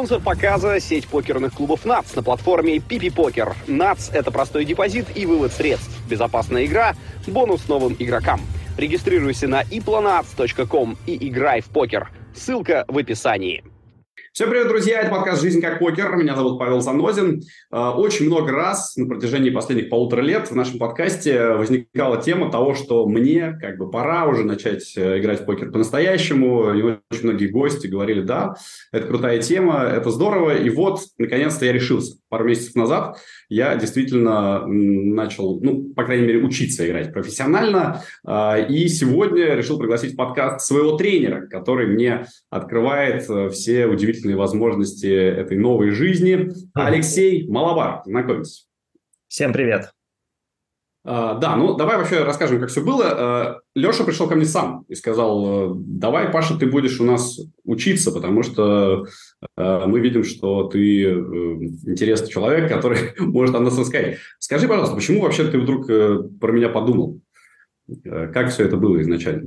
Спонсор показа – сеть покерных клубов НАЦ на платформе PP Poker. НАЦ – это простой депозит и вывод средств, безопасная игра, бонус новым игрокам. Регистрируйся на iplanats.com и играй в покер. Ссылка в описании. Всем привет, друзья! Это подкаст «Жизнь как покер». Меня зовут Павел Занозин. Очень много раз на протяжении последних 1,5 лет в нашем подкасте возникала тема того, что мне пора уже начать играть в покер по-настоящему. И очень многие гости говорили: да, это крутая тема, это здорово. И вот, наконец-то я решился. Пару месяцев назад я действительно начал, по крайней мере, учиться играть профессионально. И сегодня решил пригласить в подкаст своего тренера, который мне открывает все удивительные возможности этой новой жизни. Алексей Малабар, знакомьтесь. Всем привет. Давай вообще расскажем, как все было. Леша пришел ко мне сам и сказал: давай, Паша, ты будешь у нас учиться, потому что мы видим, что ты интересный человек, который может о нас рассказать. Скажи, пожалуйста, почему вообще ты вдруг про меня подумал? Как все это было изначально?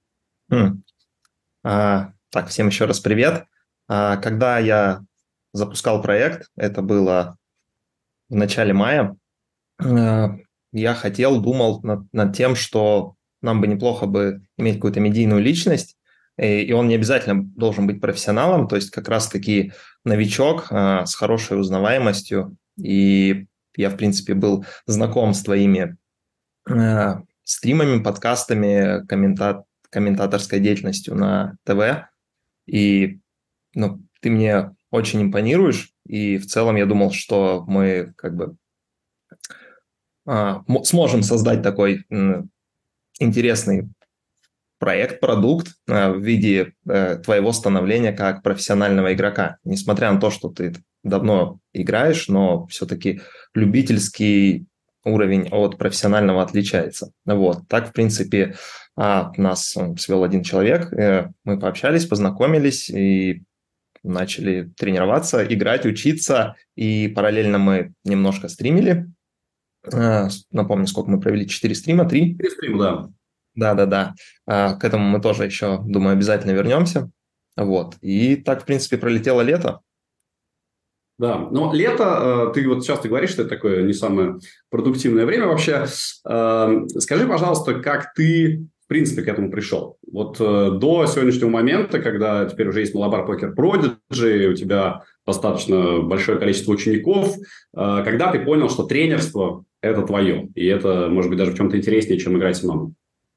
Так, всем еще раз привет. Когда я запускал проект, это было в начале мая, я думал над тем, что нам бы неплохо бы иметь какую-то медийную личность, и он не обязательно должен быть профессионалом, то есть как раз-таки новичок с хорошей узнаваемостью. И я, в принципе, был знаком с твоими стримами, подкастами, комментаторской деятельностью на ТВ, и ты мне очень импонируешь, и в целом я думал, что мы сможем создать такой интересный проект, продукт в виде твоего становления как профессионального игрока. Несмотря на то, что ты давно играешь, но все-таки любительский уровень от профессионального отличается. Так, в принципе, нас свел один человек, мы пообщались, познакомились и начали тренироваться, играть, учиться, и параллельно мы немножко стримили. Напомню, сколько мы провели? 4 стрима? 3? 4 стрима, да. Да. К этому мы тоже еще, думаю, обязательно вернемся. И так, в принципе, пролетело лето. Да, но лето, ты часто говоришь, что это такое не самое продуктивное время вообще. Скажи, пожалуйста, как ты, в принципе, к этому пришел? До сегодняшнего момента, когда теперь уже есть Malabar Poker Prodigy, у тебя достаточно большое количество учеников, когда ты понял, что тренерство – это твое, и это, может быть, даже в чем-то интереснее, чем играть самому?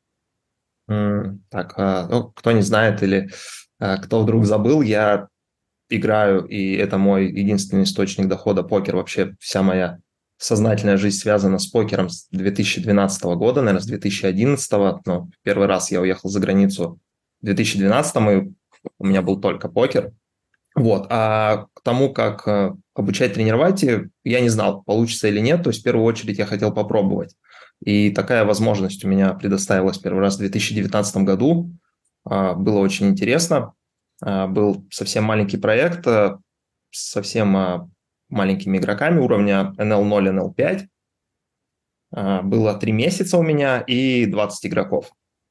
Кто не знает или кто вдруг забыл, я играю, и это мой единственный источник дохода, покер. Вообще вся моя сознательная жизнь связана с покером с 2012 года, наверное, с 2011. Первый раз я уехал за границу в 2012, и у меня был только покер. А к тому, как обучать, тренировать, я не знал, получится или нет. То есть в первую очередь я хотел попробовать. И такая возможность у меня предоставилась первый раз в 2019 году. Было очень интересно. Был совсем маленький проект с совсем маленькими игроками уровня NL0, NL5. Было 3 месяца у меня и 20 игроков.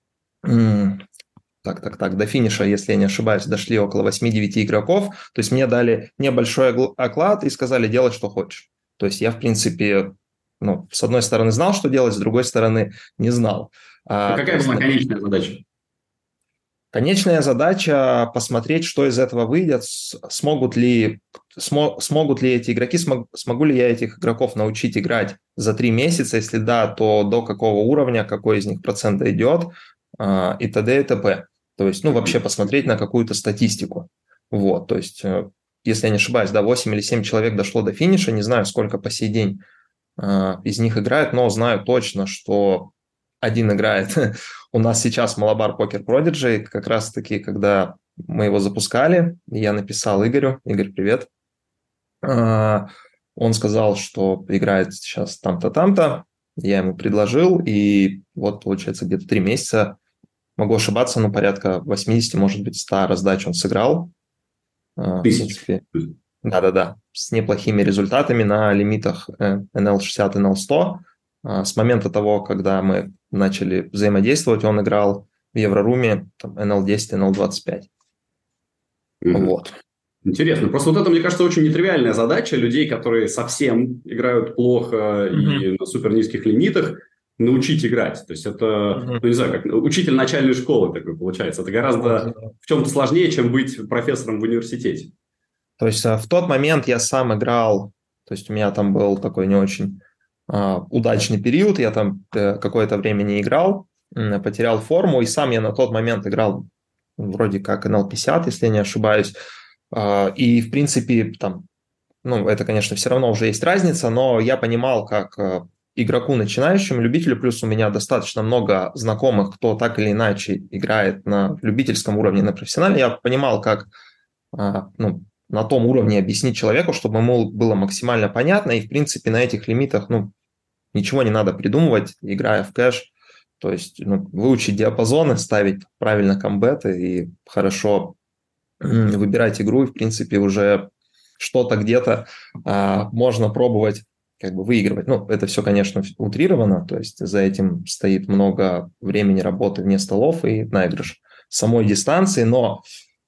До финиша, если я не ошибаюсь, дошли около 8-9 игроков. То есть мне дали небольшой оклад и сказали: делай, что хочешь. То есть я, в принципе, с одной стороны знал, что делать, с другой стороны не знал. Какая была конечная задача? Конечная задача – посмотреть, что из этого выйдет, смогут ли эти игроки, смогу ли я этих игроков научить играть за 3 месяца, если да, то до какого уровня, какой из них процент идет, и т.д. и т.п. То есть, вообще посмотреть на какую-то статистику. То есть, если я не ошибаюсь, 8 или 7 человек дошло до финиша, не знаю, сколько по сей день из них играет, но знаю точно, что один играет у нас сейчас Malabar Poker Prodigy, как раз-таки, когда мы его запускали, я написал Игорю: Игорь, привет. Он сказал, что играет сейчас там-то, там-то. Я ему предложил, и получается, где-то 3 месяца, могу ошибаться, но порядка 80, может быть, 100 раздач он сыграл. В принципе, да, с неплохими результатами на лимитах NL60, NL100. С момента того, когда мы начали взаимодействовать, он играл в Евроруме NL10, NL25. Интересно. Просто вот это, мне кажется, очень нетривиальная задача людей, которые совсем играют плохо и на супер низких лимитах, научить играть. То есть это, Мгм. ну не знаю, как учитель начальной школы такой получается. Это Вот. гораздо в чем-то сложнее, чем быть профессором в университете. То есть в тот момент я сам играл, то есть у меня там был такой не очень удачный период, я там какое-то время не играл, потерял форму, и сам я на тот момент играл вроде как NL50, если я не ошибаюсь. И, в принципе, там, ну, это, конечно, все равно уже есть разница, но я понимал, как игроку начинающему, любителю, плюс у меня достаточно много знакомых, кто так или иначе играет на любительском уровне, на профессиональном, я понимал, как ну, на том уровне объяснить человеку, чтобы ему было максимально понятно, и, в принципе, на этих лимитах, ну, ничего не надо придумывать, играя в кэш, то есть ну, выучить диапазоны, ставить правильно комбеты и хорошо выбирать игру, и, в принципе, уже что-то где-то можно пробовать как бы выигрывать. Ну, это все, конечно, утрировано, то есть за этим стоит много времени работы вне столов и наигрыш самой дистанции, но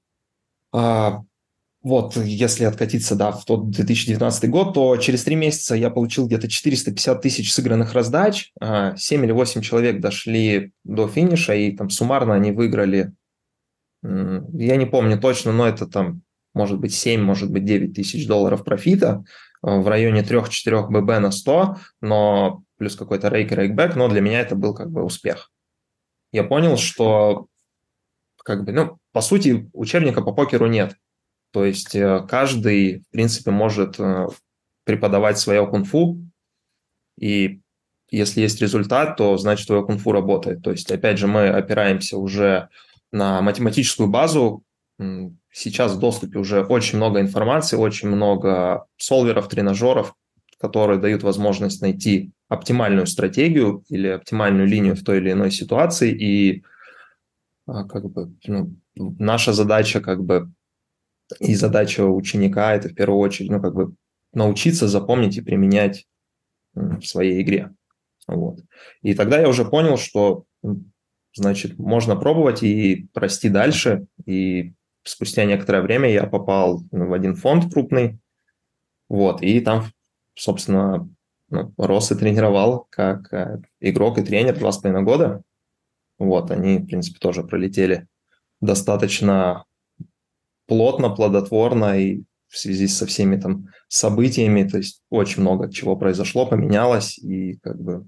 вот, если откатиться, да, в тот 2019 год, то через 3 месяца я получил где-то 450 тысяч сыгранных раздач, 7 или 8 человек дошли до финиша, и там суммарно они выиграли, я не помню точно, но это там может быть 7, может быть 9 тысяч долларов профита, в районе 3-4 ББ на 100, но плюс какой-то рейк и рейкбэк, но для меня это был как бы успех. Я понял, что как бы, ну, по сути, учебника по покеру нет. То есть каждый, в принципе, может преподавать свое кунг-фу, и если есть результат, то значит твое кунг-фу работает. То есть, опять же, мы опираемся уже на математическую базу. Сейчас в доступе уже очень много информации, очень много солверов, тренажеров, которые дают возможность найти оптимальную стратегию или оптимальную линию в той или иной ситуации. И как бы, ну, наша задача как бы и задача ученика – это в первую очередь, ну, как бы научиться запомнить и применять в своей игре. Вот. И тогда я уже понял, что, значит, можно пробовать и расти дальше. И спустя некоторое время я попал в один фонд крупный, вот, и там, собственно, ну, рос и тренировал как игрок и тренер 2,5 года. Вот, они, в принципе, тоже пролетели достаточно плотно, плодотворно и в связи со всеми там событиями, то есть очень много чего произошло, поменялось, и как бы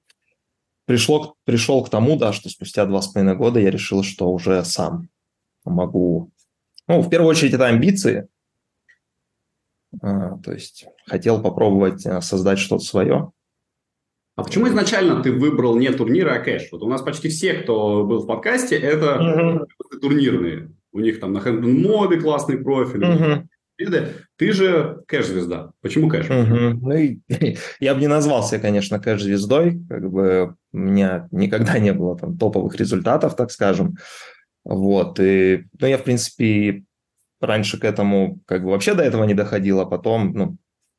пришел к тому, да, что спустя 2,5 года я решил, что уже сам могу, ну, в первую очередь это амбиции, то есть хотел попробовать создать что-то свое. А почему изначально ты выбрал не турниры, а кэш? Вот у нас почти все, кто был в подкасте, это турнирные. У них там на хэндмобе классный профиль, у них победы. Ты же кэш-звезда. Почему кэш? Ну, и, я бы не назвался, конечно, кэш-звездой, как бы у меня никогда не было там топовых результатов, так скажем, вот, и, ну, я, в принципе, раньше к этому, как бы, вообще до этого не доходил, а потом, ну,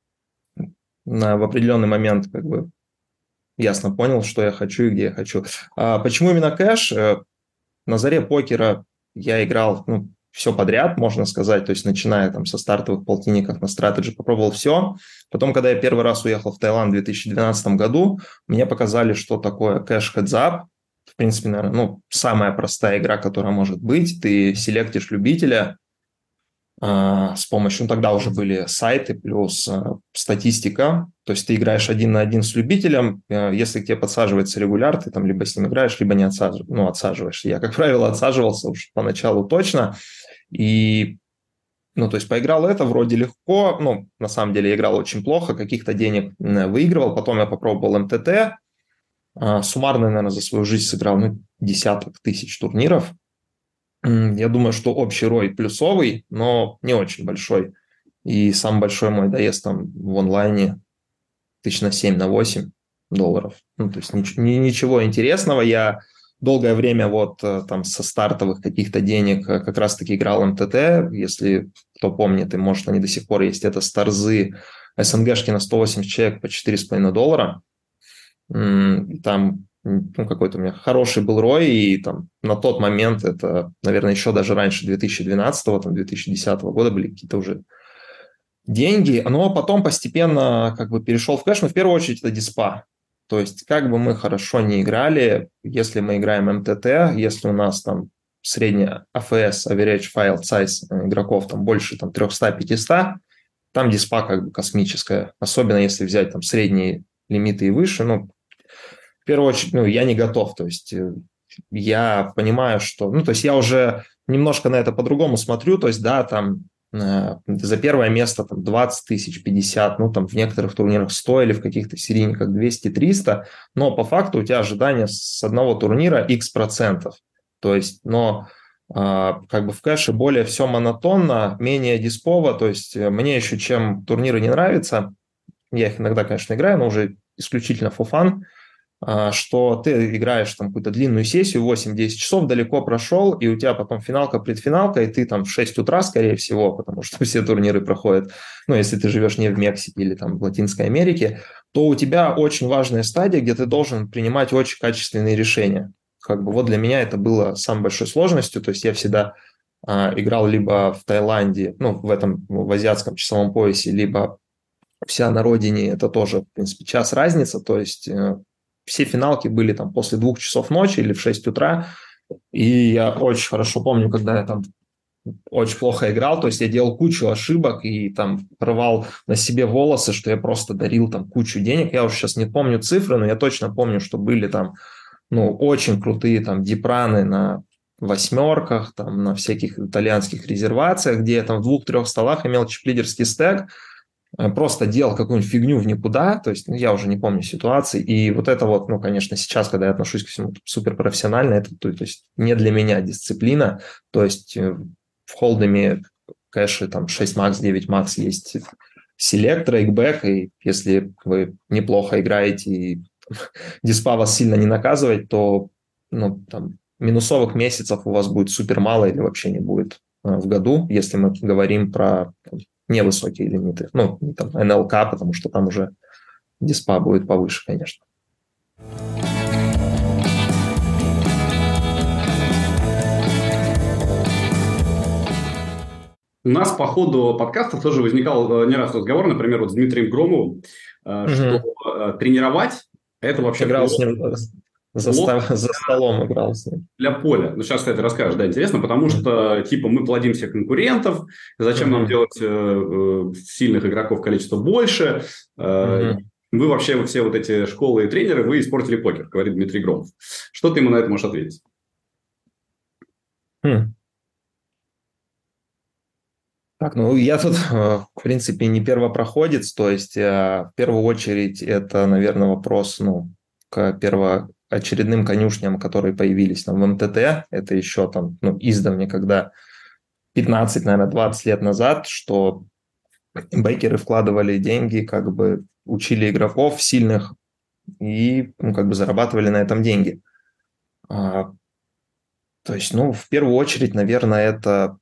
в определенный момент, как бы, ясно понял, что я хочу и где я хочу. А почему именно кэш? На заре покера я играл, ну, все подряд, можно сказать, то есть начиная там со стартовых полтинников на стратеджи, попробовал все. Потом, когда я первый раз уехал в Таиланд в 2012 году, мне показали, что такое кэш heads-up. В принципе, наверное, ну, самая простая игра, которая может быть. Ты селектишь любителя с помощью, ну, тогда уже были сайты плюс статистика, то есть ты играешь 1 на 1 с любителем, если к тебе подсаживается регуляр, ты там либо с ним играешь, либо не отсаживаешься. Я, как правило, отсаживался уж поначалу точно, и, ну, то есть поиграл это вроде легко, ну, на самом деле я играл очень плохо, каких-то денег выигрывал, потом я попробовал МТТ, суммарно, наверное, за свою жизнь сыграл, ну, десяток тысяч турниров. Я думаю, что общий рой плюсовый, но не очень большой. И самый большой мой доезд там в онлайне 7 на 8 долларов. Ну, то есть ничего интересного. Я долгое время вот там со стартовых каких-то денег как раз-таки играл МТТ. Если кто помнит, и может они до сих пор есть, это старзы СНГшки на 180 человек по $4,5. Там ну, какой-то у меня хороший был ROI, и там на тот момент, это, наверное, еще даже раньше 2012, там, 2010 года были какие-то уже деньги, но потом постепенно как бы перешел в кэш, но в первую очередь это диспа. То есть как бы мы хорошо не играли, если мы играем МТТ, если у нас там средняя AFS, Average File Size игроков там больше там 300-500, там диспа как бы космическая, особенно если взять там средние лимиты и выше, ну, в первую очередь, ну, я не готов, то есть я понимаю, что, ну, то есть я уже немножко на это по-другому смотрю, то есть, да, там за первое место там 20 тысяч, 50, ну, там в некоторых турнирах 100 или в каких-то серийниках 200-300, но по факту у тебя ожидания с одного турнира X%. То есть, но как бы в кэше более все монотонно, менее диспово, то есть мне еще чем турниры не нравятся, я их иногда, конечно, играю, но уже исключительно for fun, что ты играешь там какую-то длинную сессию, 8-10 часов, далеко прошел, и у тебя потом финалка, предфиналка, и ты там в 6 утра, скорее всего, потому что все турниры проходят, ну, если ты живешь не в Мексике или там в Латинской Америке, то у тебя очень важная стадия, где ты должен принимать очень качественные решения. Как бы вот для меня это было самой большой сложностью, то есть я всегда играл либо в Таиланде, ну, в азиатском часовом поясе, либо вся на родине, это тоже, в принципе, час разница, то есть все финалки были там после 2 часов ночи или в 6 утра, и я очень хорошо помню, когда я там очень плохо играл, то есть я делал кучу ошибок и там рвал на себе волосы, что я просто дарил там кучу денег, я уже сейчас не помню цифры, но я точно помню, что были там, ну, очень крутые там дипраны на восьмерках, там на всяких итальянских резервациях, где я там в 2-3 столах имел чип-лидерский стэк, просто делал какую-нибудь фигню в никуда, то есть, ну, я уже не помню ситуации, и вот это вот, ну, конечно, сейчас, когда я отношусь к всему суперпрофессионально, это, то есть, не для меня дисциплина, то есть, в холдами кэши там 6 макс, 9 макс есть селектор, экбэк, и если вы неплохо играете и диспа вас сильно не наказывает, то, ну, там, минусовых месяцев у вас будет супер мало или вообще не будет в году, если мы говорим про невысокие лимиты. Ну, там, НЛК, потому что там уже диспа будет повыше, конечно. У нас по ходу подкаста тоже возникал не раз разговор, например, вот с Дмитрием Громовым, что тренировать – это вообще играл с ним за столом играл с ним. Для поля. Ну, сейчас, кстати, расскажешь, да, интересно, потому что, типа, мы плодим всех конкурентов, зачем нам делать сильных игроков количество больше, вы вообще, все вот эти школы и тренеры, вы испортили покер, говорит Дмитрий Громов. Что ты ему на это можешь ответить? Так, ну, я тут, в принципе, не первопроходец, то есть, в первую очередь, это, наверное, вопрос, ну, к первоочередным конюшням, которые появились там в МТТ, это еще там, ну, издавна, когда 15, наверное, 20 лет назад, что бейкеры вкладывали деньги, как бы учили игроков сильных и, ну, как бы зарабатывали на этом деньги. То есть, ну, в первую очередь, наверное, это...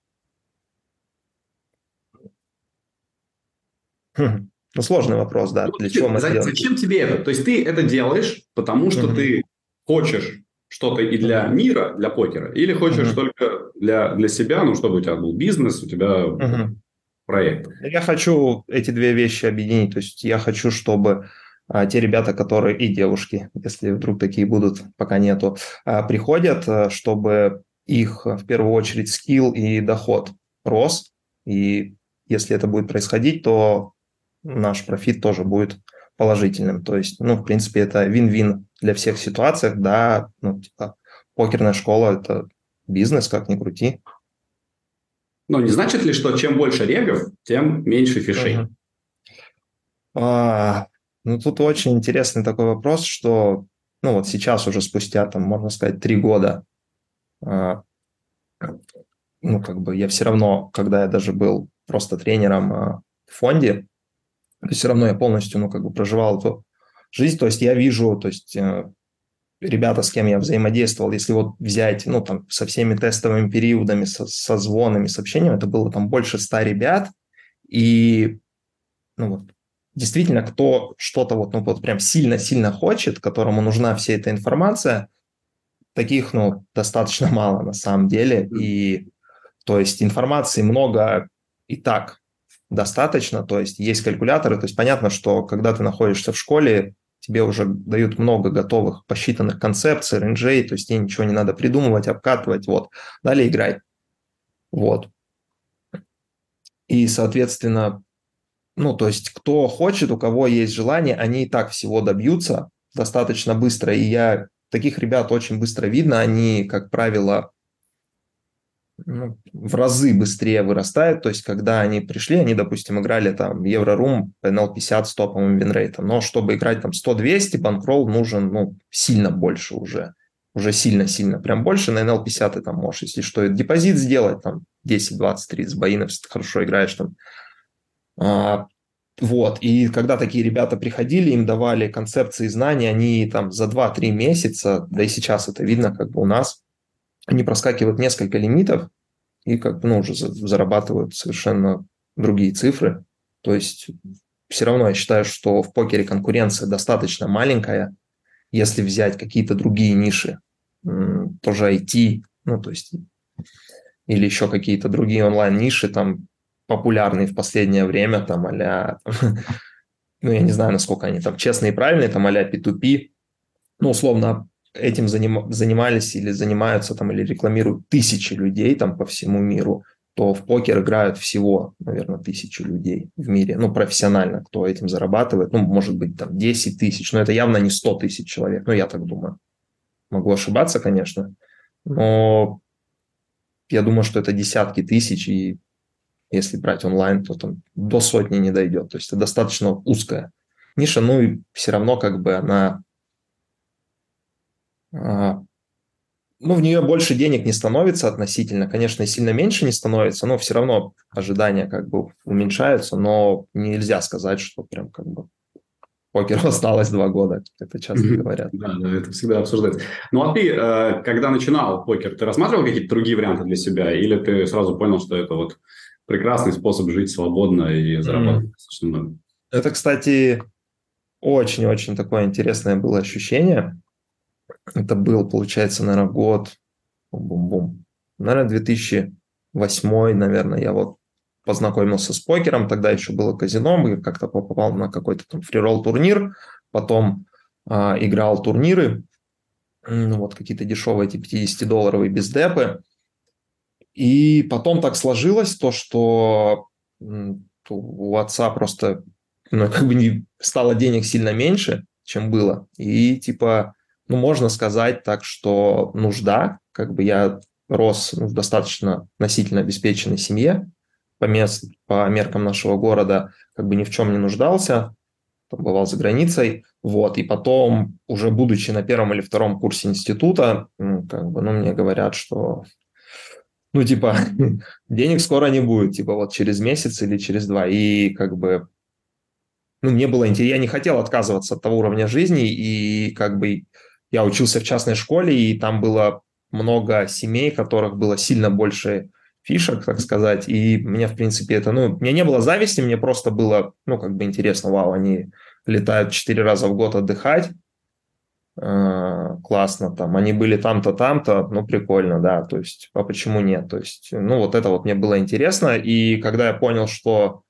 Ну, сложный вопрос, да. Для чего мы это делаем? Зачем тебе это? То есть ты это делаешь, потому что ты хочешь что-то и для мира, для покера, или хочешь только для себя, ну, чтобы у тебя был бизнес, у тебя проект? Я хочу эти две вещи объединить. То есть я хочу, чтобы те ребята, которые и девушки, если вдруг такие будут, пока нету, приходят, чтобы их в первую очередь скилл и доход рос. И если это будет происходить, то наш профит тоже будет положительным. То есть, ну, в принципе, это вин-вин для всех ситуациях, да, ну, типа, покерная школа – это бизнес, как ни крути. Но не значит ли, что чем больше регов, тем меньше фишей? Ну, тут очень интересный такой вопрос, что, ну, вот сейчас уже спустя, там, можно сказать, 3 года, ну, как бы я все равно, когда я даже был просто тренером в фонде, все равно я полностью, ну, как бы проживал эту жизнь, то есть я вижу, то есть ребята, с кем я взаимодействовал, если вот взять, ну, там, со всеми тестовыми периодами, со звонами, сообщениями, это было там больше 100 ребят, и, ну, вот, действительно, кто что-то вот, ну, вот прям сильно-сильно хочет, которому нужна вся эта информация, таких, ну, достаточно мало на самом деле. И, то есть, информации много и так достаточно, то есть калькуляторы, то есть понятно, что когда ты находишься в школе, тебе уже дают много готовых посчитанных концепций, рейнджей, то есть тебе ничего не надо придумывать, обкатывать, вот, далее играй. Вот. И, соответственно, ну, то есть кто хочет, у кого есть желание, они и так всего добьются достаточно быстро. И таких ребят очень быстро видно, они, как правило, ну, в разы быстрее вырастают. То есть когда они пришли, они, допустим, играли там в Еврорум по NL50 с топовым винрейтом. Но чтобы играть там 100-200, банкролл нужен, ну, сильно больше уже. Уже сильно-сильно, прям больше. На NL50 ты там можешь, если что, депозит сделать, там 10, 20, 30 боинов, если ты хорошо играешь там. Вот, и когда такие ребята приходили, им давали концепции и знания, они там за 2-3 месяца, да и сейчас это видно как бы у нас, они проскакивают несколько лимитов и как бы, ну, уже зарабатывают совершенно другие цифры. То есть все равно я считаю, что в покере конкуренция достаточно маленькая, если взять какие-то другие ниши, тоже IT, ну, то есть или еще какие-то другие онлайн-ниши, там, популярные в последнее время, там, а-ля, ну, я не знаю, насколько они там честные и правильные, там, а-ля P2P, ну, условно, этим занимались или занимаются, там, или рекламируют тысячи людей, там, по всему миру, то в покер играют всего, наверное, 1000 людей в мире, ну, профессионально, кто этим зарабатывает, ну, может быть, там, 10 тысяч, но это явно не 100 тысяч человек, ну, я так думаю. Могу ошибаться, конечно, но я думаю, что это десятки тысяч, и если брать онлайн, то там до сотни не дойдет. То есть это достаточно узкая ниша, ну и все равно как бы она... ну, в нее больше денег не становится относительно, конечно, и сильно меньше не становится, но все равно ожидания как бы уменьшаются, но нельзя сказать, что прям как бы покеру осталось 2 года, это часто говорят. Да, да, это всегда обсуждается. Ну, а ты, когда начинал покер, ты рассматривал какие-то другие варианты для себя? Или ты сразу понял, что это вот прекрасный способ жить свободно и зарабатывать достаточно много? Это, кстати, очень-очень такое интересное было ощущение. Это был, получается, наверное, год, бум-бум, наверное, 2008, наверное, я вот познакомился с покером, тогда еще было казино, я как-то попал на какой-то там фриролл турнир, потом играл турниры, ну, вот какие-то дешевые эти 50-долларовые без депы, и потом так сложилось то, что у отца просто, ну, как бы не стало денег сильно меньше, чем было, и типа, ну, можно сказать так, что нужда, как бы я рос в достаточно относительно обеспеченной семье, по меркам нашего города, как бы ни в чем не нуждался, бывал за границей, вот, и потом, уже будучи на 1 или 2 курсе института, как бы, ну, мне говорят, что, ну, типа, денег скоро не будет, типа, вот через месяц или через 2, и как бы, ну, мне было интересно, я не хотел отказываться от того уровня жизни, и как бы я учился в частной школе, и там было много семей, у которых было сильно больше фишек, так сказать, и мне, в принципе, это, ну, мне не было зависти, мне просто было, ну, как бы интересно, вау, они летают 4 раза в год отдыхать, классно, там, они были там-то, там-то, ну, прикольно, да, то есть, а почему нет, то есть, ну, вот это вот мне было интересно, и когда я понял, что,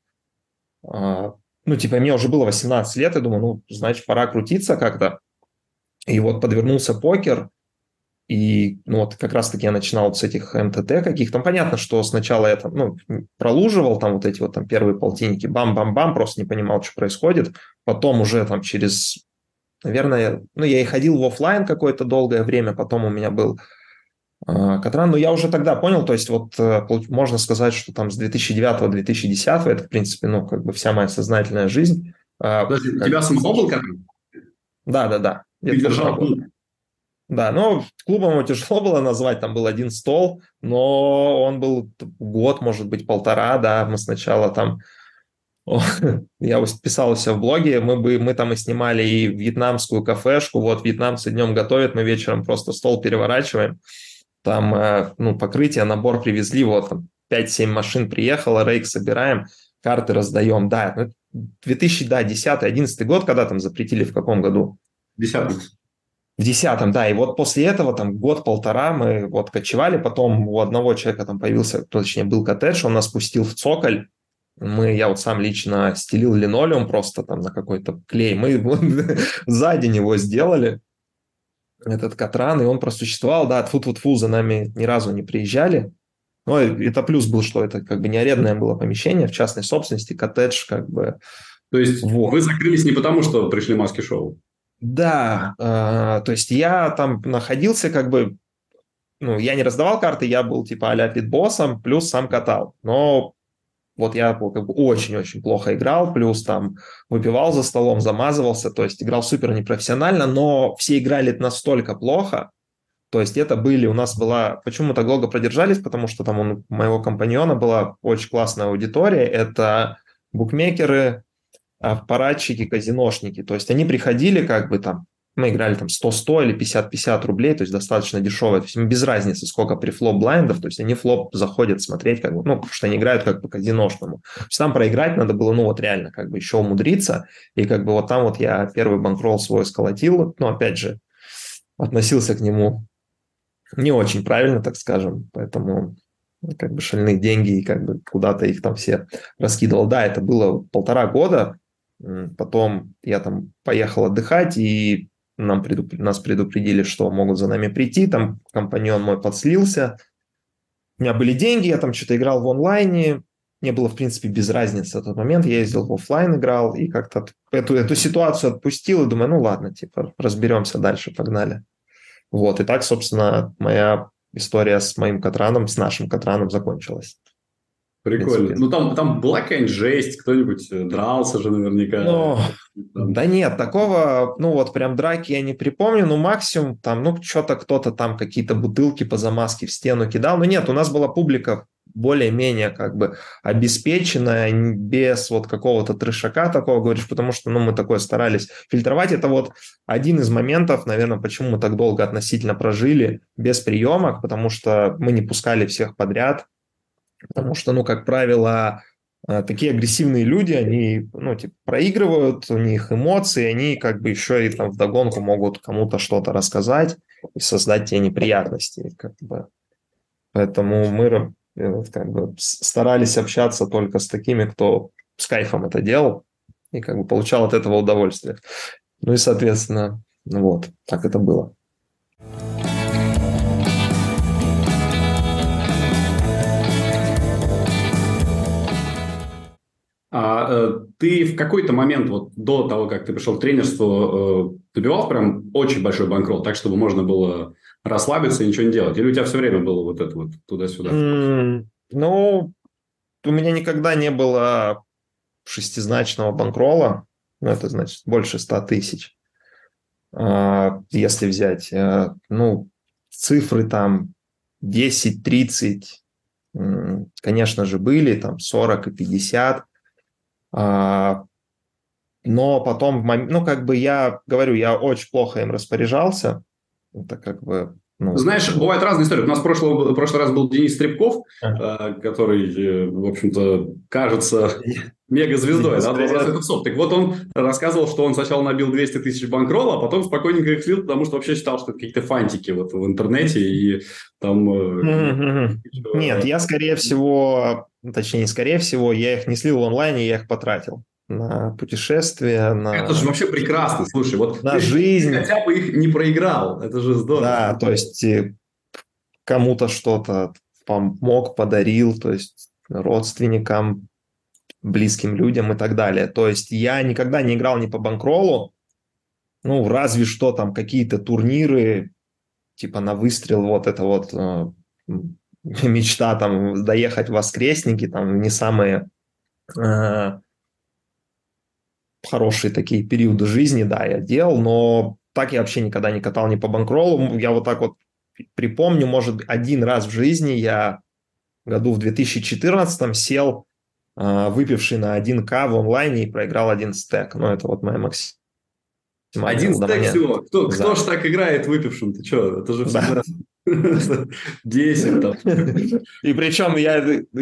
ну, типа, мне уже было 18 лет, я думаю, ну, значит, пора крутиться как-то, и вот подвернулся покер, и ну, вот как раз-таки я начинал вот с этих МТТ каких-то. Там понятно, что сначала я там, ну, пролуживал там вот эти вот там первые полтинники, бам-бам-бам, просто не понимал, что происходит. Потом уже там через, наверное, ну, я и ходил в офлайн какое-то долгое время, потом у меня был Катран, но я уже тогда понял, то есть вот можно сказать, что там с 2009-2010 это, в принципе, ну, как бы вся моя сознательная жизнь. Подожди, у тебя самого был Катран? Да. Ты держал клуб? Да, но клубом его тяжело было назвать, там был один стол, но он был год, может быть, 1,5, да, мы сначала там, я писал у себя в блоге, мы там и снимали и вьетнамскую кафешку, вот вьетнамцы днем готовят, мы вечером просто стол переворачиваем, там, ну, покрытие, набор привезли, вот там 5-7 машин приехало, рейк собираем, карты раздаем, да, ну, 2010-2011 год, когда там запретили, в каком году? В 10-м. В 10-м, да, и вот после этого там год-полтора мы вот кочевали, потом у одного человека там появился, точнее был коттедж, он нас пустил в цоколь, я вот сам лично стелил линолеум просто там на какой-то клей, мы сзади него сделали этот катран, и он просуществовал, да, тьфу-тьфу-тьфу, за нами ни разу не приезжали. Но это плюс был, что это как бы не арендное было помещение в частной собственности, коттедж как бы. То есть вот. вы закрылись не потому, что пришли маски-шоу? Да, то есть я там находился как бы, я не раздавал карты, я был типа а-ля питбоссом, плюс сам катал. Но вот я как бы очень-очень плохо играл, плюс там выпивал за столом, замазывался, то есть играл супер непрофессионально, но все играли настолько плохо, то есть это у нас была, почему мы так долго продержались, потому что там у моего компаньона была очень классная аудитория, это букмекеры, аппаратчики, казиношники, то есть они приходили как бы там, мы играли там 100-100 или 50-50 рублей, то есть достаточно дешево, то есть им без разницы, сколько префлоп блайндов, то есть они флоп заходят смотреть, как бы, потому что они играют как по казиношному. То есть там проиграть надо было, вот реально, как бы еще умудриться, и как бы вот там вот я первый банкролл свой сколотил, опять же, относился к нему не очень правильно, так скажем, поэтому как бы шальные деньги и как бы куда-то их там все раскидывал. Да, это было 1,5 года, потом я там поехал отдыхать, и нас предупредили, что могут за нами прийти, там компаньон мой подслился, у меня были деньги, я там что-то играл в онлайне, мне было, в принципе, без разницы в тот момент, я ездил в офлайн, играл, и как-то эту ситуацию отпустил, и думаю, ладно, типа, разберемся дальше, погнали. Вот, и так, собственно, моя история с моим катраном, с нашим катраном закончилась. Прикольно. Там была какая-нибудь жесть, кто-нибудь дрался же наверняка. Да нет, такого, вот прям драки я не припомню, максимум там, что-то кто-то там какие-то бутылки по замазке в стену кидал. Но нет, у нас была публика более-менее как бы обеспеченная, без вот какого-то трешака такого, говоришь, потому что, мы такое старались фильтровать. Это вот один из моментов, наверное, почему мы так долго относительно прожили без приемок, потому что мы не пускали всех подряд, потому что, как правило, такие агрессивные люди, они, проигрывают, у них эмоции, они как бы еще и там вдогонку могут кому-то что-то рассказать и создать те неприятности, как бы. Поэтому мы как бы старались общаться только с такими, кто с кайфом это делал и как бы получал от этого удовольствие. И, соответственно, вот, так это было. Ты в какой-то момент, вот до того, как ты пришел к тренерству, добивал прям очень большой банкролл, так, чтобы можно было расслабиться и ничего не делать? Или у тебя все время было вот это вот туда-сюда? У меня никогда не было шестизначного банкролла, это значит больше 100 тысяч. Если взять, цифры там 10, 30, конечно же, были, там 40 и 50. Но потом, как бы я говорю, я очень плохо им распоряжался. Это как бы... Знаешь, бывают разные истории. У нас в прошлый раз был Денис Стребков, который, в общем-то, кажется мега-звездой. Да? Так вот, он рассказывал, что он сначала набил 200 тысяч банкролла, а потом спокойненько их слил, потому что вообще считал, что это какие-то фантики вот в интернете. И там... Нет, я скорее всего, точнее, не скорее всего, я их не слил в онлайне, я их потратил на путешествия, на... Это же вообще прекрасно, слушай, вот на жизнь. Хотя бы их не проиграл, это же здорово. Да, то есть кому-то что-то помог, подарил, то есть родственникам, близким людям и так далее. То есть я никогда не играл ни по банкроллу, разве что там какие-то турниры, типа на выстрел, вот это вот мечта там доехать в воскресники, там не самые хорошие такие периоды жизни, да, я делал, но так я вообще никогда не катал ни по банкроллу. Я вот так вот припомню, может, один раз в жизни я году в 2014 сел, выпивший на 1К в онлайне и проиграл один стек. Это вот моя максимальная. Один стек всего? Кто ж так играет выпившим? Ты что? Это же всегда 10 там. И причем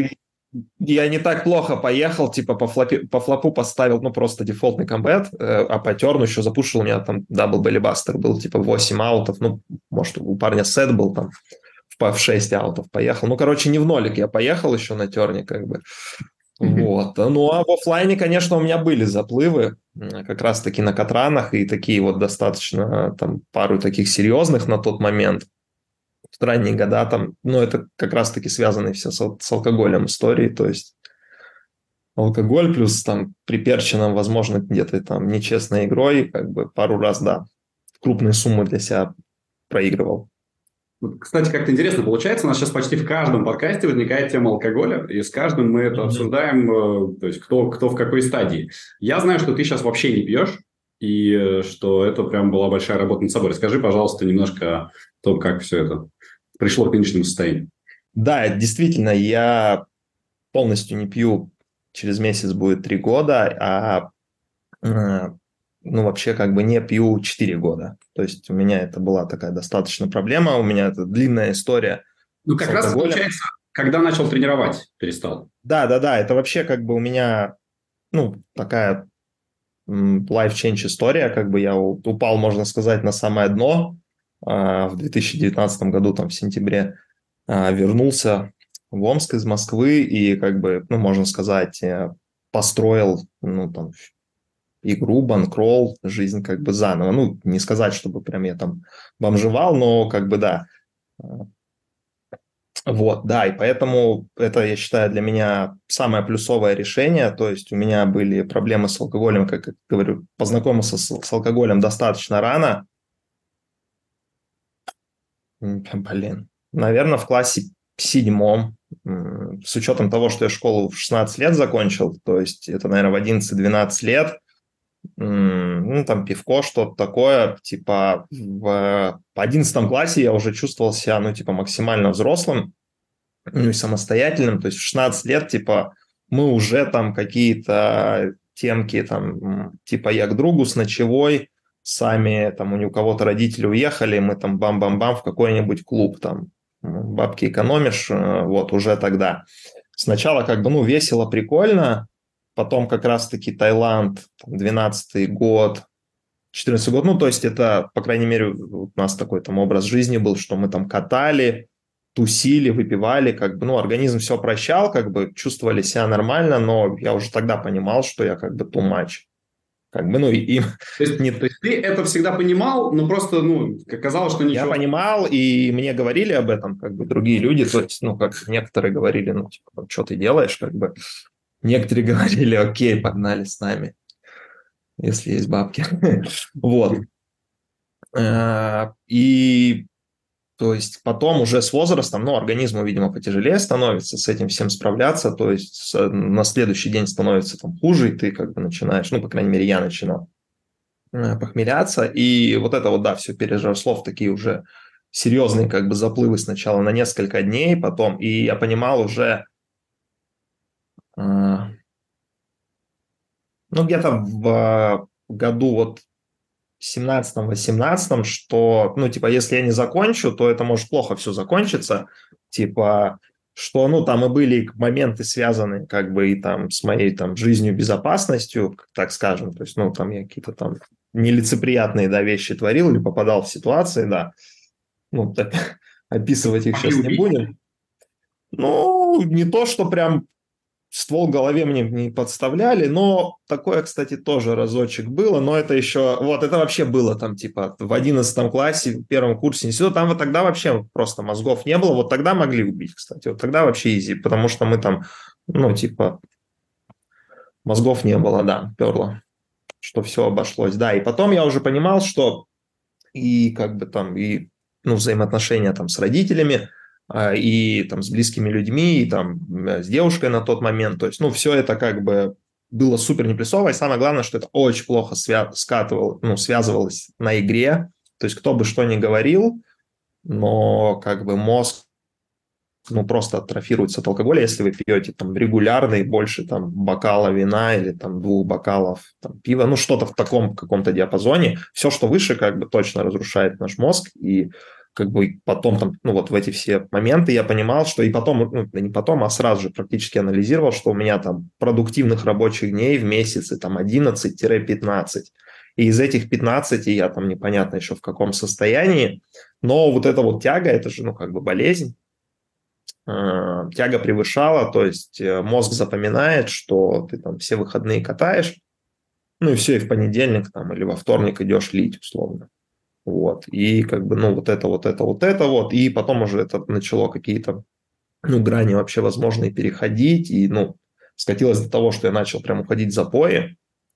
Я не так плохо поехал, типа по флопу поставил, ну, просто дефолтный комбат, а по терну еще запушил, у меня там дабл беллибастер был, типа 8 аутов, ну, может, у парня сет был там в 6 аутов поехал. Ну, короче, не в нолик я поехал еще на терне, как бы. Вот. Ну, а в оффлайне, конечно, у меня были заплывы, как раз-таки на катранах, и такие вот достаточно, там, пару таких серьезных на тот момент. В ранние года там, ну, это как раз-таки связанные все с алкоголем истории, то есть алкоголь плюс там приперченным, возможно, где-то там нечестной игрой, как бы пару раз, да, крупные суммы для себя проигрывал. Вот, кстати, как-то интересно получается, у нас сейчас почти в каждом подкасте возникает тема алкоголя, и с каждым мы это обсуждаем, то есть кто в какой стадии. Я знаю, что ты сейчас вообще не пьешь, и что это прям была большая работа над собой. Расскажи, пожалуйста, немножко о том, как все это пришло к нынешнему состоянию. Да, действительно, я полностью не пью, через месяц будет 3 года, ну, вообще как бы не пью 4 года. То есть у меня это была такая достаточно проблема, у меня это длинная история Ну, с как раз алкоголем. получается, когда начал тренировать, перестал. Да, это вообще как бы у меня, ну, такая life-change история, как бы я упал, можно сказать, на самое дно в 2019 году, там, в сентябре, вернулся в Омск из Москвы и, как бы, ну, можно сказать, построил, ну, там, игру, банкролл, жизнь как бы заново. Ну, не сказать, чтобы прям я там бомжевал, но как бы да. Вот, да, и поэтому это, я считаю, для меня самое плюсовое решение. То есть у меня были проблемы с алкоголем, как я говорю, познакомился с алкоголем достаточно рано. Блин, наверное, в классе 7, с учетом того, что я школу в 16 лет закончил, то есть это, наверное, в 11-12 лет, ну, там пивко, что-то такое, типа в 11 классе я уже чувствовал себя, ну, типа максимально взрослым, ну, и самостоятельным, то есть в 16 лет, типа, мы уже там какие-то темки, там, типа, я к другу с ночевой, сами, там, у кого-то родители уехали, мы там бам-бам-бам в какой-нибудь клуб, там, бабки экономишь, вот, уже тогда. Сначала как бы, ну, весело, прикольно, потом как раз-таки Таиланд, 12-й год, 14-й год, ну, то есть это, по крайней мере, у нас такой там образ жизни был, что мы там катали, тусили, выпивали, как бы, ну, организм все прощал, как бы, чувствовали себя нормально, но я уже тогда понимал, что я как бы too much. Как бы, ну, и То есть, не, то есть ты это всегда понимал, но просто, ну, оказалось, что я ничего... понимал, и мне говорили об этом, как бы, другие люди, то есть, ну, как некоторые говорили, ну, типа, что ты делаешь, как бы, некоторые говорили, окей, погнали с нами, если есть бабки. Вот. И то есть потом уже с возрастом, ну, организму, видимо, потяжелее становится с этим всем справляться, то есть на следующий день становится там хуже, и ты как бы начинаешь, ну, по крайней мере, я начинал похмеляться, и вот это вот, да, все переросло в такие уже серьезные как бы заплывы сначала на несколько дней, потом, и я понимал уже, ну, где-то в году вот 17-18, что, ну, типа, если я не закончу, то это может плохо все закончиться, типа, что, ну, там и были моменты, связанные, как бы, и там с моей, там, жизнью, безопасностью, так скажем, то есть, ну, там, я какие-то там нелицеприятные, да, вещи творил или попадал в ситуации, да, ну, так, описывать их Могли сейчас не убить? будем. Ну, не то, что прям ствол в голове мне не подставляли, но такое, кстати, тоже разочек было, но это еще, вот, это вообще было там, типа, в 11 классе, в первом курсе института, там вот тогда вообще просто мозгов не было, вот тогда могли убить, кстати, вот тогда вообще изи, потому что мы там, ну, типа, мозгов не было, да, перло, что все обошлось, да, и потом я уже понимал, что и как бы там, и, ну, взаимоотношения там с родителями, и там с близкими людьми, и там с девушкой на тот момент. То есть, ну, все это как бы было супер неплюсово, и самое главное, что это очень плохо связывалось на игре. То есть, кто бы что ни говорил, но как бы мозг, ну, просто атрофируется от алкоголя, если вы пьете там регулярно и больше там бокала вина или там 2 бокалов там, пива, ну, что-то в таком каком-то диапазоне. Все, что выше, как бы точно разрушает наш мозг, и как бы потом там, ну вот в эти все моменты я понимал, что и потом, ну не потом, а сразу же практически анализировал, что у меня там продуктивных рабочих дней в месяце там 11-15. И из этих 15 я там непонятно еще в каком состоянии, но вот эта вот тяга, это же, ну, как бы болезнь, тяга превышала, то есть мозг запоминает, что ты там все выходные катаешь, ну и все, и в понедельник там или во вторник идешь лить условно. Вот, и как бы, ну, вот это, и потом уже это начало какие-то, ну, грани вообще возможные переходить, и, ну, скатилось до того, что я начал прям уходить в запои.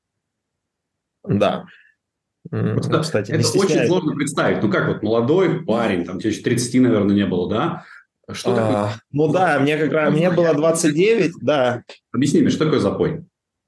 Да. Ну, кстати, не Это очень стесняюсь. сложно представить. Ну, как вот молодой парень, там тебе еще 30, наверное, не было, да? Что такое? Ну да, мне было 29, да. Объясни мне, что такое запой?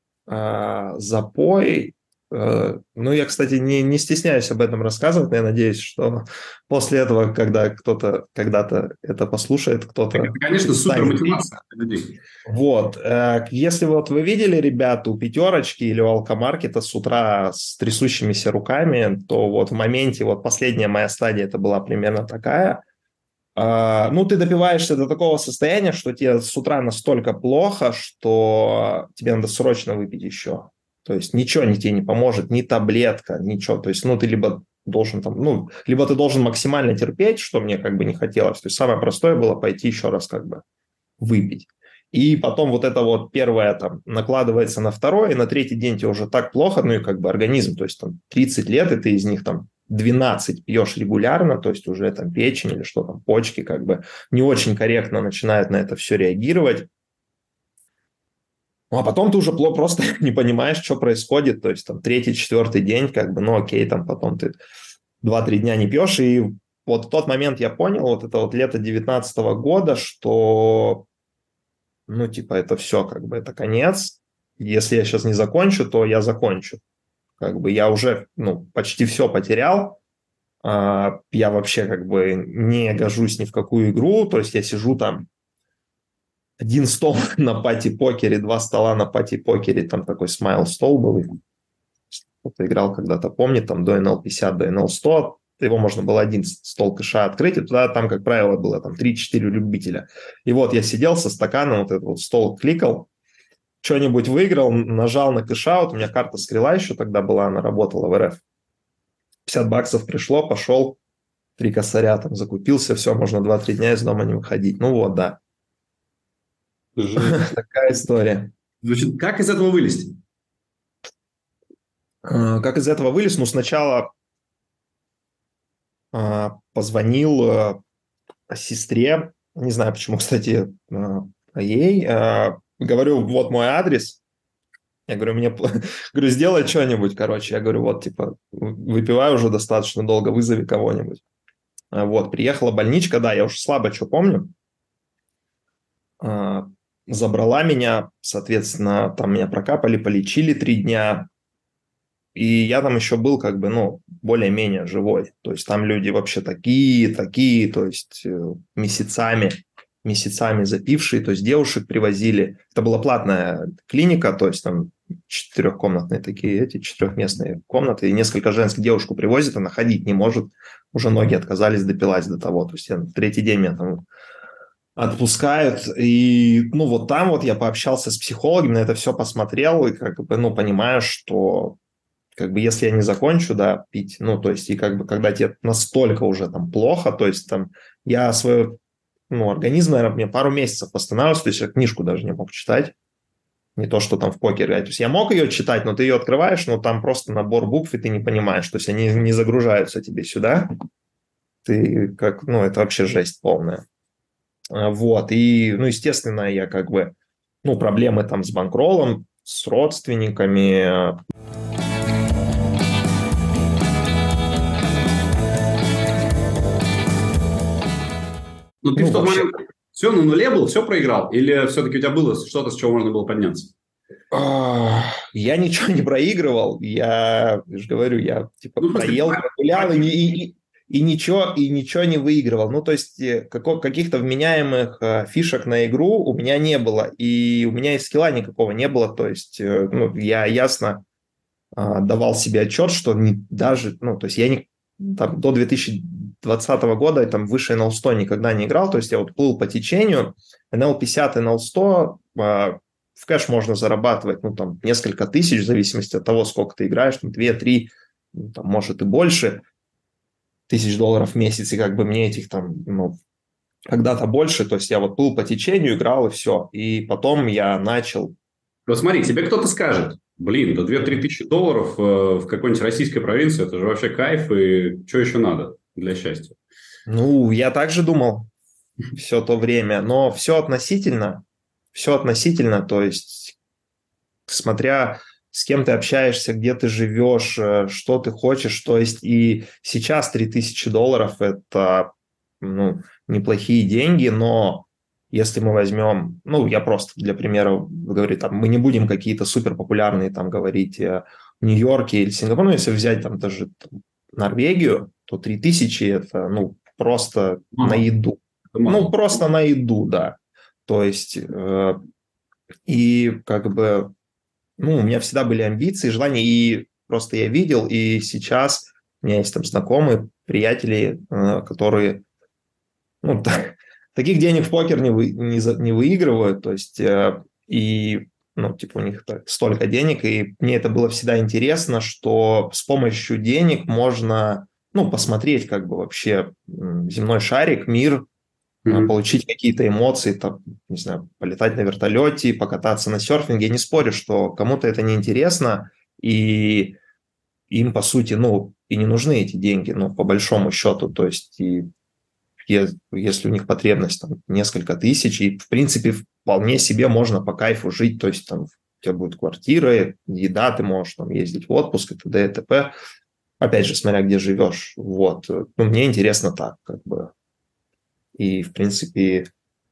Запой. Ну, я, кстати, не стесняюсь об этом рассказывать, но я надеюсь, что после этого, когда кто-то когда-то это послушает, кто-то... Это, конечно, супер мотивация для людей. Вот. Если вот вы видели ребят у Пятерочки или у Алкомаркета с утра с трясущимися руками, то вот в моменте, вот последняя моя стадия, это была примерно такая. Ну, ты допиваешься до такого состояния, что тебе с утра настолько плохо, что тебе надо срочно выпить еще. То есть ничего тебе не поможет, ни таблетка, ничего. То есть, ну, ты либо должен там, ну, либо ты должен максимально терпеть, что мне как бы не хотелось. То есть самое простое было пойти еще раз как бы выпить. И потом вот это вот первое там накладывается на второе, и на третий день тебе уже так плохо, ну и как бы организм, то есть там 30 лет, и ты из них там 12 пьешь регулярно, то есть уже там печень или что там, почки как бы не очень корректно начинают на это все реагировать. Ну, а потом ты уже просто не понимаешь, что происходит, то есть там третий, четвертый день, как бы, ну окей, там потом ты 2-3 дня не пьешь, и вот в тот момент я понял, вот это вот лето 2019 года, что, ну, типа, это все, как бы, это конец. Если я сейчас не закончу, то я закончу. Как бы я уже, ну, почти все потерял. Я вообще, как бы, не гожусь ни в какую игру. То есть я сижу там, один стол на пати-покере, 2 стола на пати-покере, там такой смайл-стол был. Кто-то играл когда-то, помнит, там до NL50, до NL100. Его можно было один стол кэша открыть, и туда там, как правило, было там 3-4 любителя. И вот я сидел со стаканом, вот этот вот стол кликал, что-нибудь выиграл, нажал на кэш-аут, у меня карта Skrilla еще тогда была, она работала в РФ. 50 баксов пришло, пошел, 3 косаря там закупился, все, можно 2-3 дня из дома не выходить. Ну вот, да. Такая история. Значит, как из этого вылезти? Как из этого вылез? Ну, сначала позвонил сестре, не знаю почему, кстати, ей, говорю, вот мой адрес. Я говорю, говорю, сделай что-нибудь, короче. Я говорю, вот, типа, выпиваю уже достаточно долго, вызови кого-нибудь. Вот, приехала больничка, да, я уже слабо что помню. Забрала меня, соответственно, там меня прокапали, полечили 3 дня. И я там еще был как бы, ну, более-менее живой. То есть там люди вообще такие, то есть месяцами запившие, то есть девушек привозили. Это была платная клиника, то есть там 4-комнатные такие, 4-местные комнаты, и несколько женских девушку привозят, она ходить не может, уже ноги отказались, допилась до того. То есть я 3-й день меня там отпускают, и, ну, вот там вот я пообщался с психологом, на это все посмотрел, и как бы, ну, понимаю, что как бы если я не закончу, да, пить, ну, то есть, и как бы, когда тебе настолько уже там плохо, то есть, там, я свой, ну, организм, наверное, мне пару месяцев восстанавливался, то есть, я книжку даже не мог читать, не то, что там в покер играть. То есть, я мог ее читать, но ты ее открываешь, но там просто набор букв, и ты не понимаешь, то есть, они не загружаются тебе сюда, ты как, ну, это вообще жесть полная. Вот, и, ну, естественно, я как бы, ну, проблемы там с банкроллом, с родственниками. Ну, ты в тот момент все на нуле был, все проиграл? Или все-таки у тебя было что-то, с чего можно было подняться? Я ничего не проигрывал. Я же говорю, я типа проел, прогулял и ничего не выигрывал. Ну, то есть каких-то вменяемых фишек на игру у меня не было. И у меня и скилла никакого не было. То есть ну, я ясно давал себе отчет, что даже, ну, то есть я не, там, до 2013 2020 года я там выше NL100 никогда не играл, то есть я вот плыл по течению, NL50, NL100, в кэш можно зарабатывать, ну, там, несколько тысяч, в зависимости от того, сколько ты играешь, там, 2-3, ну, там, может и больше тысяч долларов в месяц, и как бы мне этих там, ну, когда-то больше, то есть я вот плыл по течению, играл и все, и потом я начал... Вот смотри, тебе кто-то скажет, блин, да 2-3 тысячи долларов в какой-нибудь российской провинции, это же вообще кайф, и что еще надо для счастья? Ну, я также думал все то время, но все относительно, то есть смотря с кем ты общаешься, где ты живешь, что ты хочешь, то есть и сейчас 3000 долларов – это, ну, неплохие деньги, но если мы возьмем, ну, я просто для примера говорю, там, мы не будем какие-то супер популярные там говорить Нью-Йорке или Сингапур, но если взять там даже там, Норвегию, то 3000 – это, ну, просто на еду. Ну, просто на еду, да. То есть, и как бы, ну, у меня всегда были амбиции, желания, и просто я видел, и сейчас у меня есть там знакомые, приятели, которые, ну, таких денег в покер не выигрывают, то есть, и, ну, типа, у них столько денег, и мне это было всегда интересно, что с помощью денег можно, ну, посмотреть, как бы, вообще земной шарик, мир, получить какие-то эмоции, там, не знаю, полетать на вертолете, покататься на серфинге. Я не спорю, что кому-то это неинтересно, и им, по сути, ну, и не нужны эти деньги, ну, по большому счету. То есть, и если у них потребность там, несколько тысяч, и, в принципе, вполне себе можно по кайфу жить, то есть, там, у тебя будет квартира, еда, ты можешь там ездить в отпуск и т.д. и т.п. Опять же, смотря где живешь. Вот. Ну, мне интересно так, как бы. И, в принципе,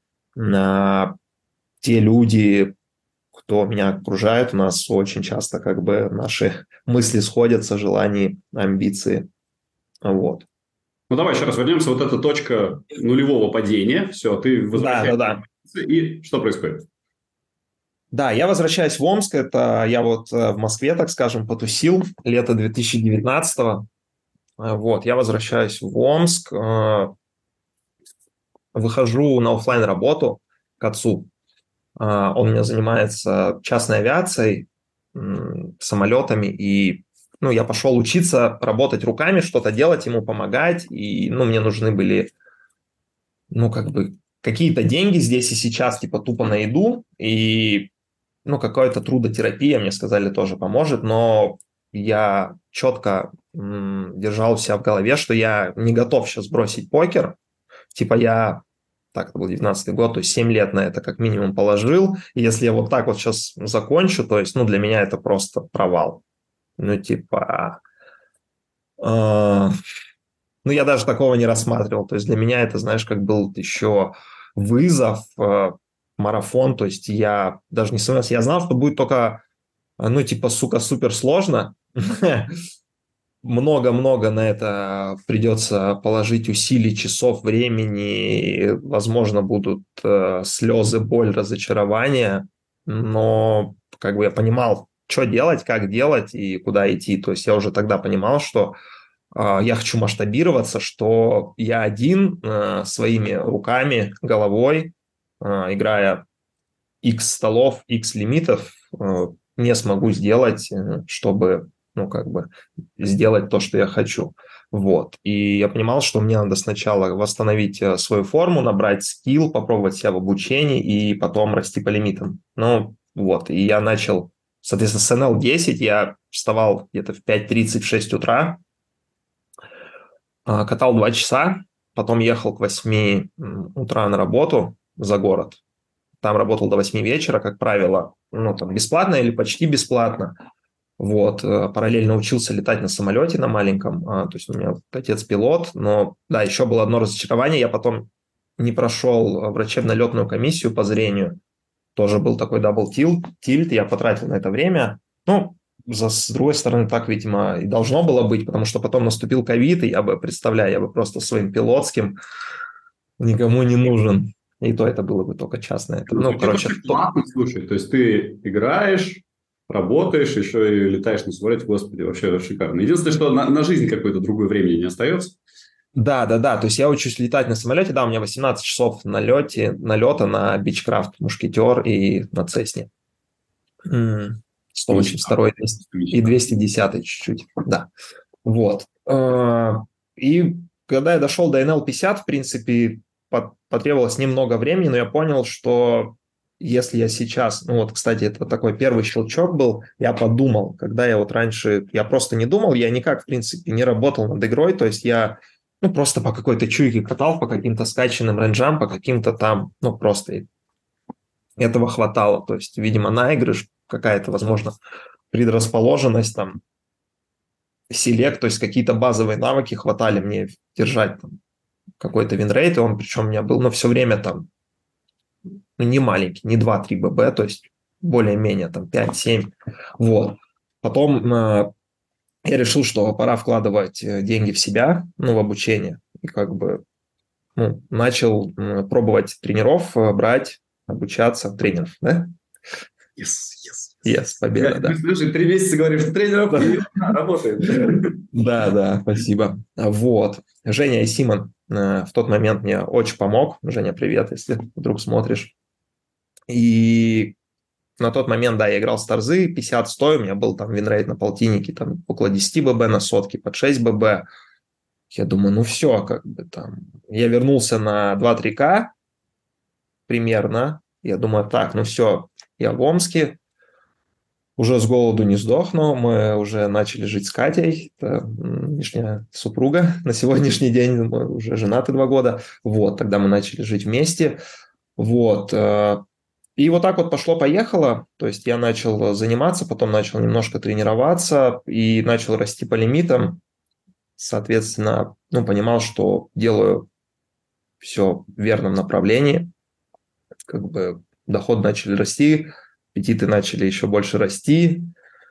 те люди, кто меня окружает, у нас очень часто как бы наши мысли сходятся, желания, амбиции. Вот. Ну, давай еще раз вернемся. Вот эта точка нулевого падения. Все, ты возвращаешься. Да. И что происходит? Да, я возвращаюсь в Омск. Это я вот в Москве, так скажем, потусил лето 2019-го. Вот, я возвращаюсь в Омск, выхожу на офлайн работу к отцу. Он у меня занимается частной авиацией, самолетами, и, ну, я пошел учиться работать руками, что-то делать, ему помогать, и, ну, мне нужны были, ну, как бы, какие-то деньги здесь и сейчас, типа, тупо на еду, и, ну, какая-то трудотерапия, мне сказали, тоже поможет, но я четко держал у себя в голове, что я не готов сейчас бросить покер, типа, так, это был 19-й год, то есть 7 лет на это как минимум положил. И если я вот так вот сейчас закончу, то есть, ну, для меня это просто провал. Ну, типа, ну, я даже такого не рассматривал. То есть для меня это, знаешь, как был еще вызов, марафон. То есть я даже не сомневался. Я знал, что будет только, ну, типа, сука, супер сложно. Много-много на это придется положить усилий, часов, времени, возможно, будут слезы, боль, разочарование, но как бы я понимал, что делать, как делать и куда идти. То есть я уже тогда понимал, что я хочу масштабироваться, что я один своими руками, головой, играя X столов, X лимитов, не смогу сделать, чтобы, ну, как бы сделать то, что я хочу. Вот. И я понимал, что мне надо сначала восстановить свою форму, набрать скилл, попробовать себя в обучении и потом расти по лимитам. Ну, вот. И я начал, соответственно, с NL10 я вставал где-то в 5:30, в 6 утра, катал 2 часа, потом ехал к 8 утра на работу за город. Там работал до 8 вечера, как правило, ну, там, бесплатно или почти бесплатно. Вот, параллельно учился летать на самолете на маленьком, то есть у меня отец пилот, но, да, еще было одно разочарование, я потом не прошел врачебно-летную комиссию по зрению, тоже был такой дабл-тильт, я потратил на это время, ну, с другой стороны, так, видимо, и должно было быть, потому что потом наступил ковид, и я бы, представляю, я бы просто своим пилотским никому не нужен. И то это было бы только частное. Ну, короче... Классно, слушай, то есть ты играешь, работаешь, еще и летаешь на самолете, господи, вообще шикарно. Единственное, что на жизнь какое-то другое времени не остается. Да. То есть я учусь летать на самолете. Да, у меня 18 часов налета на Beechcraft Мушкетер и на Цесне. 182 и 210 чуть-чуть. Да. Вот. И когда я дошел до NL50, в принципе, потребовалось немного времени, но я понял, что если я сейчас, ну вот, кстати, это такой первый щелчок был, я подумал, когда я вот раньше, я просто не думал, я никак, в принципе, не работал над игрой, то есть я, ну, просто по какой-то чуйке катал, по каким-то скачанным рейнджам, по каким-то там, ну, просто этого хватало, то есть, видимо, наигрыш какая-то, возможно, предрасположенность там, селект, то есть какие-то базовые навыки хватали мне держать там какой-то винрейт, и он причем у меня был, но все время там, ну, не маленький, не 2-3 ББ, то есть более-менее там 5-7, вот. Потом я решил, что пора вкладывать деньги в себя, ну, в обучение, и как бы ну, начал пробовать тренеров, брать, обучаться, тренеров, да? Yes, победа, да. Слушай, 3 месяца говоришь, что тренеров работает. Да, спасибо. Вот. Женя и Симон в тот момент мне очень помог. Женя, привет, если вдруг смотришь. И на тот момент, да, я играл с Тарзы, 50-100, у меня был там винрейт на полтиннике, там около 10 ББ на сотке, под 6 ББ. Я думаю, ну все, как бы там. Я вернулся на 2-3К примерно. Я думаю, так, ну все, я в Омске, уже с голоду не сдохну, мы уже начали жить с Катей, это нынешняя супруга на сегодняшний день, мы уже женаты 2 года, вот, тогда мы начали жить вместе, вот, и вот так вот пошло-поехало, то есть я начал заниматься, потом начал немножко тренироваться и начал расти по лимитам, соответственно, ну, понимал, что делаю все в верном направлении, как бы доходы начали расти, аппетиты начали еще больше расти,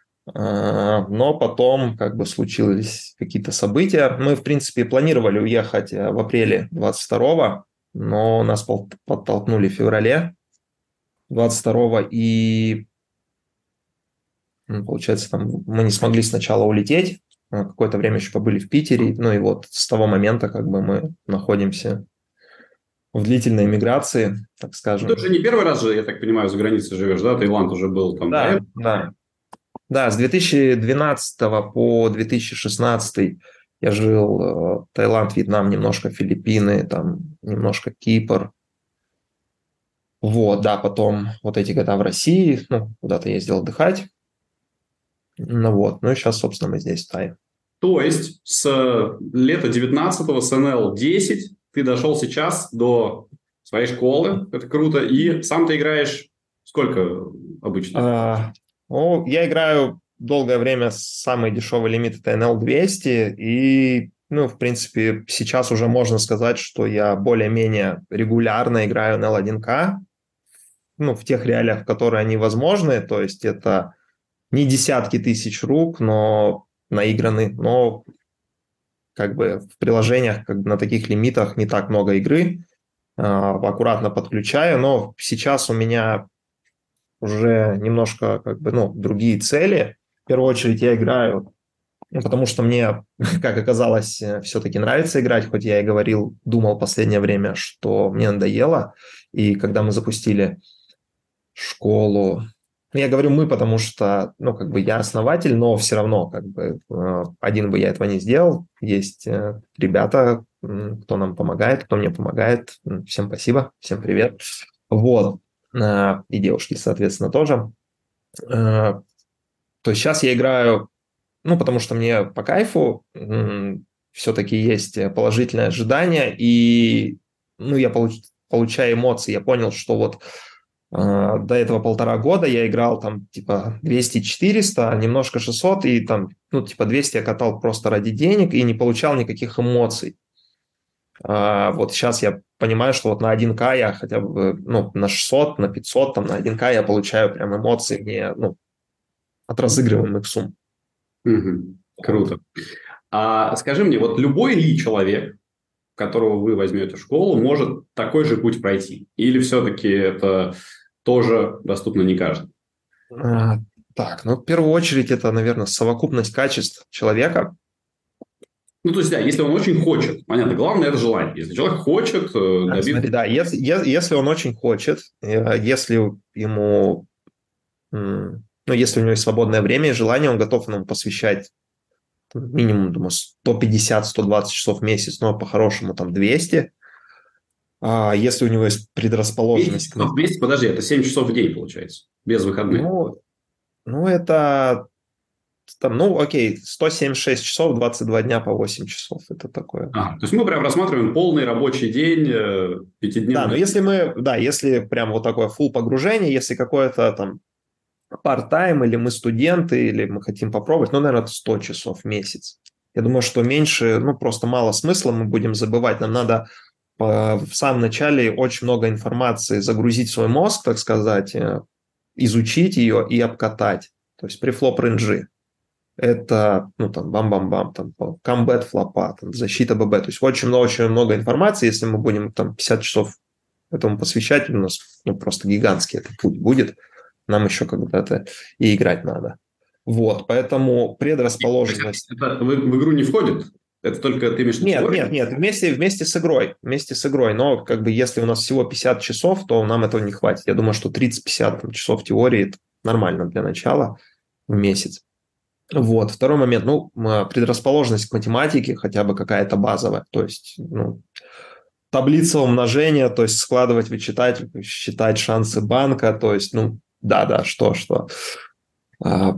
но потом как бы случились какие-то события. Мы, в принципе, планировали уехать в апреле 22-го, но нас подтолкнули в феврале 22-го, и, получается, там мы не смогли сначала улететь, какое-то время еще побыли в Питере, ну и вот с того момента как бы мы находимся в длительной миграции, так скажем. Ты уже не первый раз же, я так понимаю, за границей живешь, да? Таиланд уже был там. Да, с 2012 по 2016 я жил Таиланд, Вьетнам, немножко Филиппины, там немножко Кипр. Вот, да, потом вот эти года в России, ну, куда-то ездил отдыхать. Ну вот, ну и сейчас, собственно, мы здесь, в Тае. То есть с лета 19-го, с НЛ-10 ты дошел сейчас до своей школы, это круто, и сам ты играешь сколько обычно? Ну, я играю долгое время с самый дешевый лимит, это NL200, и, ну, в принципе, сейчас уже можно сказать, что я более-менее регулярно играю NL1К, ну, в тех реалиях, в которые они возможны, то есть это не десятки тысяч рук, но наиграны, но как бы в приложениях как бы на таких лимитах не так много игры, аккуратно подключаю, но сейчас у меня уже немножко как бы, ну, другие цели. В первую очередь я играю, ну, потому что мне, как оказалось, все-таки нравится играть, хоть я и говорил, думал последнее время, что мне надоело. И когда мы запустили школу, я говорю мы, потому что, ну, как бы я основатель, но все равно, как бы, один бы я этого не сделал. Есть ребята, кто нам помогает, кто мне помогает. Всем спасибо, всем привет. Вот. И девушки, соответственно, тоже. То есть сейчас я играю, ну, потому что мне по кайфу, все-таки есть положительное ожидание, и, ну, я получаю эмоции. Я понял, что вот до этого 1,5 года я играл там типа 200-400, немножко 600, и там, ну, типа 200 я катал просто ради денег и не получал никаких эмоций. Вот сейчас я понимаю, что вот на 1К я хотя бы, ну, на 600, на 500, там, на 1К я получаю прям эмоции не, ну, от разыгрываемых сумм. Круто. А скажи мне, вот любой ли человек, которого вы возьмете в школу, может такой же путь пройти? Или все-таки это тоже доступно не каждому? Так, ну, в первую очередь это, наверное, совокупность качеств человека. Ну, то есть, да, если он очень хочет, понятно, главное это желание. Если человек хочет добиться... Смотри, да, если он очень хочет, если ему, ну, если у него есть свободное время и желание, он готов ему посвящать минимум, думаю, 150-120 часов в месяц, но по-хорошему там 200. А если у него есть 10 предрасположенность к... часов в месяц, подожди, это 7 часов в день получается, без выходных. Ну, ну, это там, ну, окей, 176 часов, 22 дня по 8 часов. Это такое. То есть мы прям рассматриваем полный рабочий день, Да, но пятидневный. если прям вот такое full погружение, если какое-то там part-time, или мы студенты, или мы хотим попробовать, ну, наверное, это 100 часов в месяц. Я думаю, что меньше, ну, просто мало смысла, мы будем забывать. Нам надо в самом начале очень много информации загрузить в свой мозг, так сказать, изучить ее и обкатать. То есть префлоп рейнджи. Это, ну, там, бам-бам-бам, там, комбат флопа, там, защита ББ. То есть очень много информации. Если мы будем там 50 часов этому посвящать, у нас ну, просто гигантский этот путь будет. Нам еще когда-то и играть надо. Вот, поэтому предрасположенность... Это в игру не входит? Это только ты имеешь в виду теорию? Нет, вместе с игрой, но как бы если у нас всего 50 часов, то нам этого не хватит. Я думаю, что 30-50 часов теории это нормально для начала в месяц. Вот, второй момент, ну, предрасположенность к математике хотя бы какая-то базовая, то есть, ну, таблица умножения, то есть складывать, вычитать, считать шансы банка, то есть, ну, да, что. А,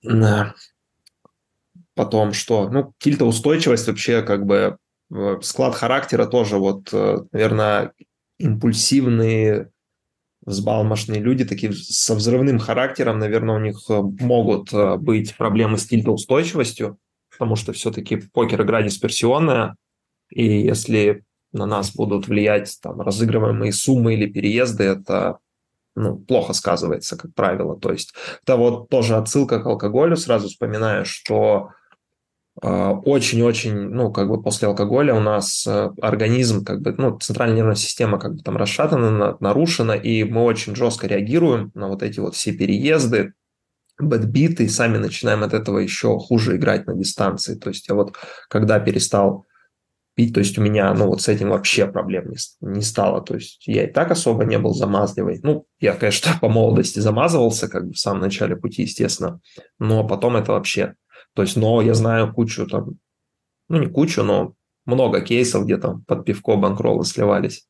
потом что? Ну, тильтоустойчивость вообще как бы склад характера тоже вот, наверное, импульсивные, взбалмошные люди, такие со взрывным характером, наверное, у них могут быть проблемы с тильтоустойчивостью, потому что все-таки покер игра дисперсионная, и если на нас будут влиять там разыгрываемые суммы или переезды, это ну, плохо сказывается, как правило. То есть это вот тоже отсылка к алкоголю. Сразу вспоминаю, что очень-очень, ну, как бы после алкоголя у нас организм, как бы, ну, центральная нервная система как бы там расшатана, нарушена, и мы очень жестко реагируем на вот эти вот все переезды, бэтбиты, и сами начинаем от этого еще хуже играть на дистанции. То есть я вот когда перестал пить, то есть у меня, ну, вот с этим вообще проблем не стало. То есть я и так особо не был замазливый. Ну, я, конечно, по молодости замазывался, как бы в самом начале пути, естественно, но потом это вообще... То есть, но я знаю кучу там, ну, не кучу, но много кейсов, где там под пивко банкроллы сливались.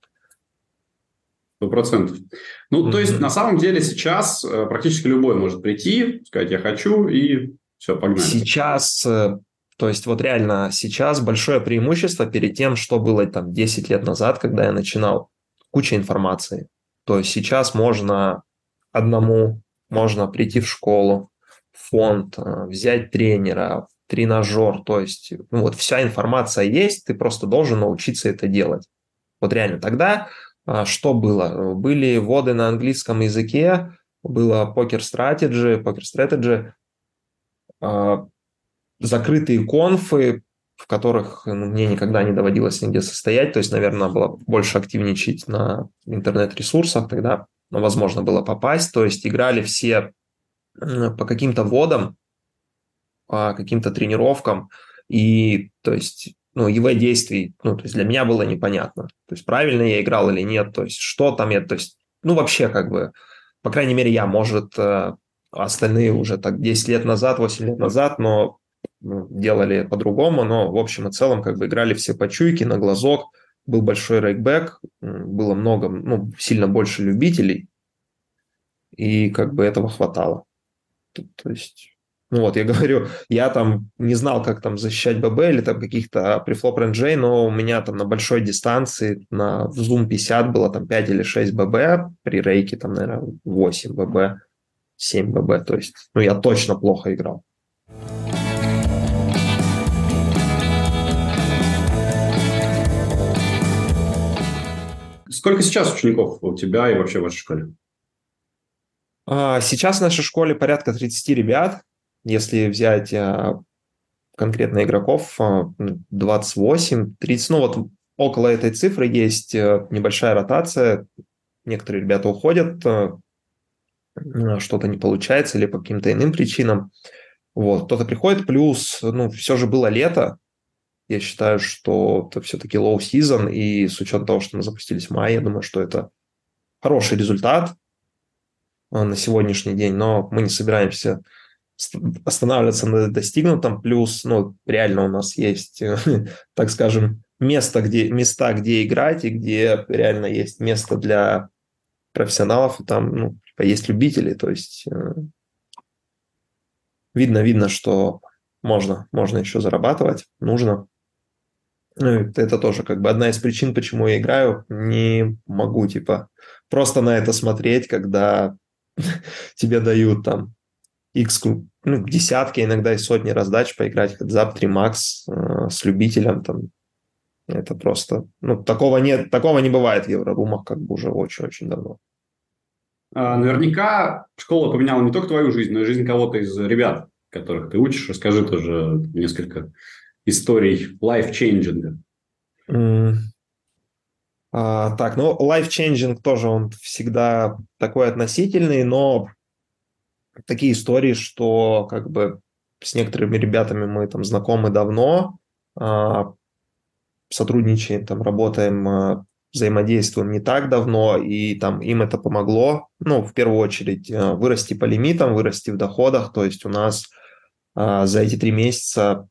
100%. Ну, то есть, на самом деле, сейчас практически любой может прийти, сказать, я хочу, и все, погнали. Сейчас, то есть, вот реально сейчас большое преимущество перед тем, что было там 10 лет назад, когда я начинал. Куча информации. То есть, сейчас можно прийти в школу, в фонд, взять тренера, тренажер. То есть, ну, вот вся информация есть, ты просто должен научиться это делать. Вот реально тогда что было? Были вводы на английском языке, было Poker Strategy, закрытые конфы, в которых мне никогда не доводилось нигде состоять, то есть, наверное, было больше активничать на интернет-ресурсах, тогда возможно было попасть, то есть играли все по каким-то вводам, по каким-то тренировкам, и, то есть, ну, ЕВ-действий, ну, то есть для меня было непонятно, то есть правильно я играл или нет, то есть что там я, то есть, ну, вообще как бы, по крайней мере, я, может, остальные уже так 10 лет назад, 8 лет назад, но делали по-другому, но в общем и целом как бы играли все по чуйке, на глазок, был большой рейкбэк, было много, ну, сильно больше любителей, и как бы этого хватало. То есть, ну вот, я говорю, я там не знал, как там защищать ББ или там каких-то префлоп рейнджей, но у меня там на большой дистанции, в Zoom 50 было там 5 или 6 ББ, при рейке там, наверное, 8 ББ, 7 ББ, то есть, ну, я точно плохо играл. Сколько сейчас учеников у тебя и вообще в вашей школе? Сейчас в нашей школе порядка 30 ребят. Если взять конкретно игроков, 28, 30, ну вот около этой цифры есть небольшая ротация. Некоторые ребята уходят, что-то не получается или по каким-то иным причинам. Вот, кто-то приходит, плюс, ну, все же было лето, Я считаю, что это все-таки low season, и с учетом того, что мы запустились в мае, я думаю, что это хороший результат на сегодняшний день, но мы не собираемся останавливаться на достигнутом. Плюс, ну, реально у нас есть, так скажем, места, где играть, и где реально есть место для профессионалов, и там, ну, типа, есть любители, то есть видно, что можно еще зарабатывать, нужно. Ну, это тоже как бы одна из причин, почему я играю. Не могу, типа, просто на это смотреть, когда тебе дают там X, ну, десятки, иногда и сотни раздач поиграть в Zap 3 Max с любителем. Там, это просто... Ну, такого не бывает в Еврорумах как бы уже очень-очень давно. Наверняка школа поменяла не только твою жизнь, но и жизнь кого-то из ребят, которых ты учишь. Расскажи тоже несколько историй life-changing. Так, ну, life-changing тоже он всегда такой относительный, но такие истории, что как бы с некоторыми ребятами мы там знакомы давно, сотрудничаем, там работаем, взаимодействуем не так давно, и там им это помогло, ну, в первую очередь, вырасти по лимитам, вырасти в доходах, то есть у нас за эти 3 месяца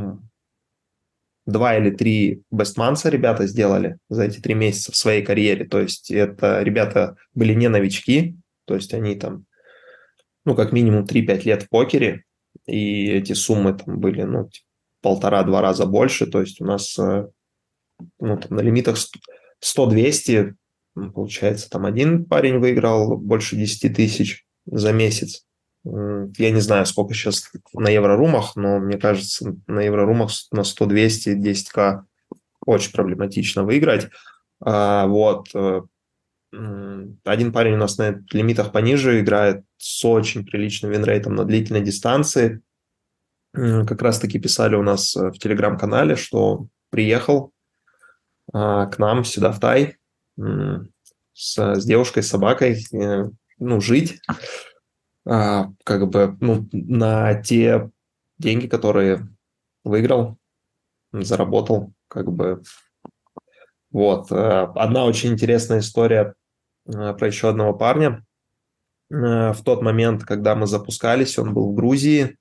2 или 3 бестманса ребята сделали за эти 3 месяца в своей карьере, то есть это ребята были не новички, то есть они там, ну, как минимум 3-5 лет в покере, и эти суммы там были, ну, 1,5-2 раза больше, то есть у нас ну, там, на лимитах 100-200, получается, там один парень выиграл больше 10 тысяч за месяц. Я не знаю, сколько сейчас на Еврорумах, но мне кажется, на Еврорумах на 100-200, 10к очень проблематично выиграть. Вот. Один парень у нас на лимитах пониже играет с очень приличным винрейтом на длительной дистанции. Как раз-таки писали у нас в Телеграм-канале, что приехал к нам сюда в Тай с девушкой, с собакой, ну, жить, как бы, ну, на те деньги, которые выиграл, заработал, как бы. Вот. Одна очень интересная история про еще одного парня. В тот момент, когда мы запускались, он был в Грузии,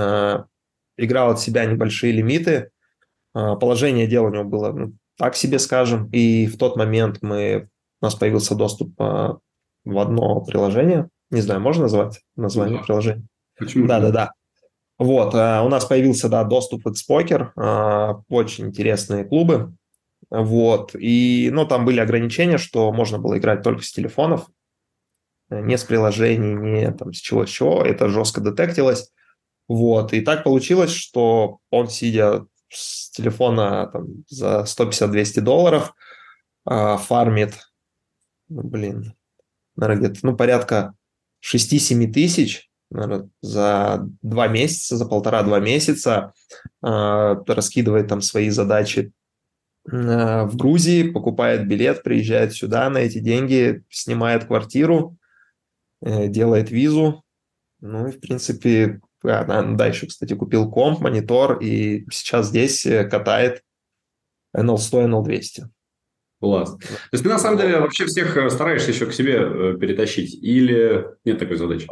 играл от себя небольшие лимиты. Положение дел у него было, ну, так себе скажем. И в тот момент у нас появился доступ в одно приложение. Не знаю, можно назвать название приложения? Почему? Да. Вот, у нас появился, да, доступ в Xpoker, очень интересные клубы. Вот, и, ну, там были ограничения, что можно было играть только с телефонов, не с приложений, не там с чего. Это жестко детектилось. Вот, и так получилось, что он, сидя с телефона там, за 150-200 долларов, фармит, наверное, где-то, ну, порядка 6-7 тысяч, наверное, за 2 месяца, за 1,5-2 месяца, раскидывает там свои задачи в Грузии, покупает билет, приезжает сюда на эти деньги, снимает квартиру, делает визу, ну и, в принципе, дальше, кстати, купил комп, монитор, и сейчас здесь катает NL100, NL200. Класс. То есть ты на самом деле вообще всех стараешься еще к себе перетащить, или нет такой задачи?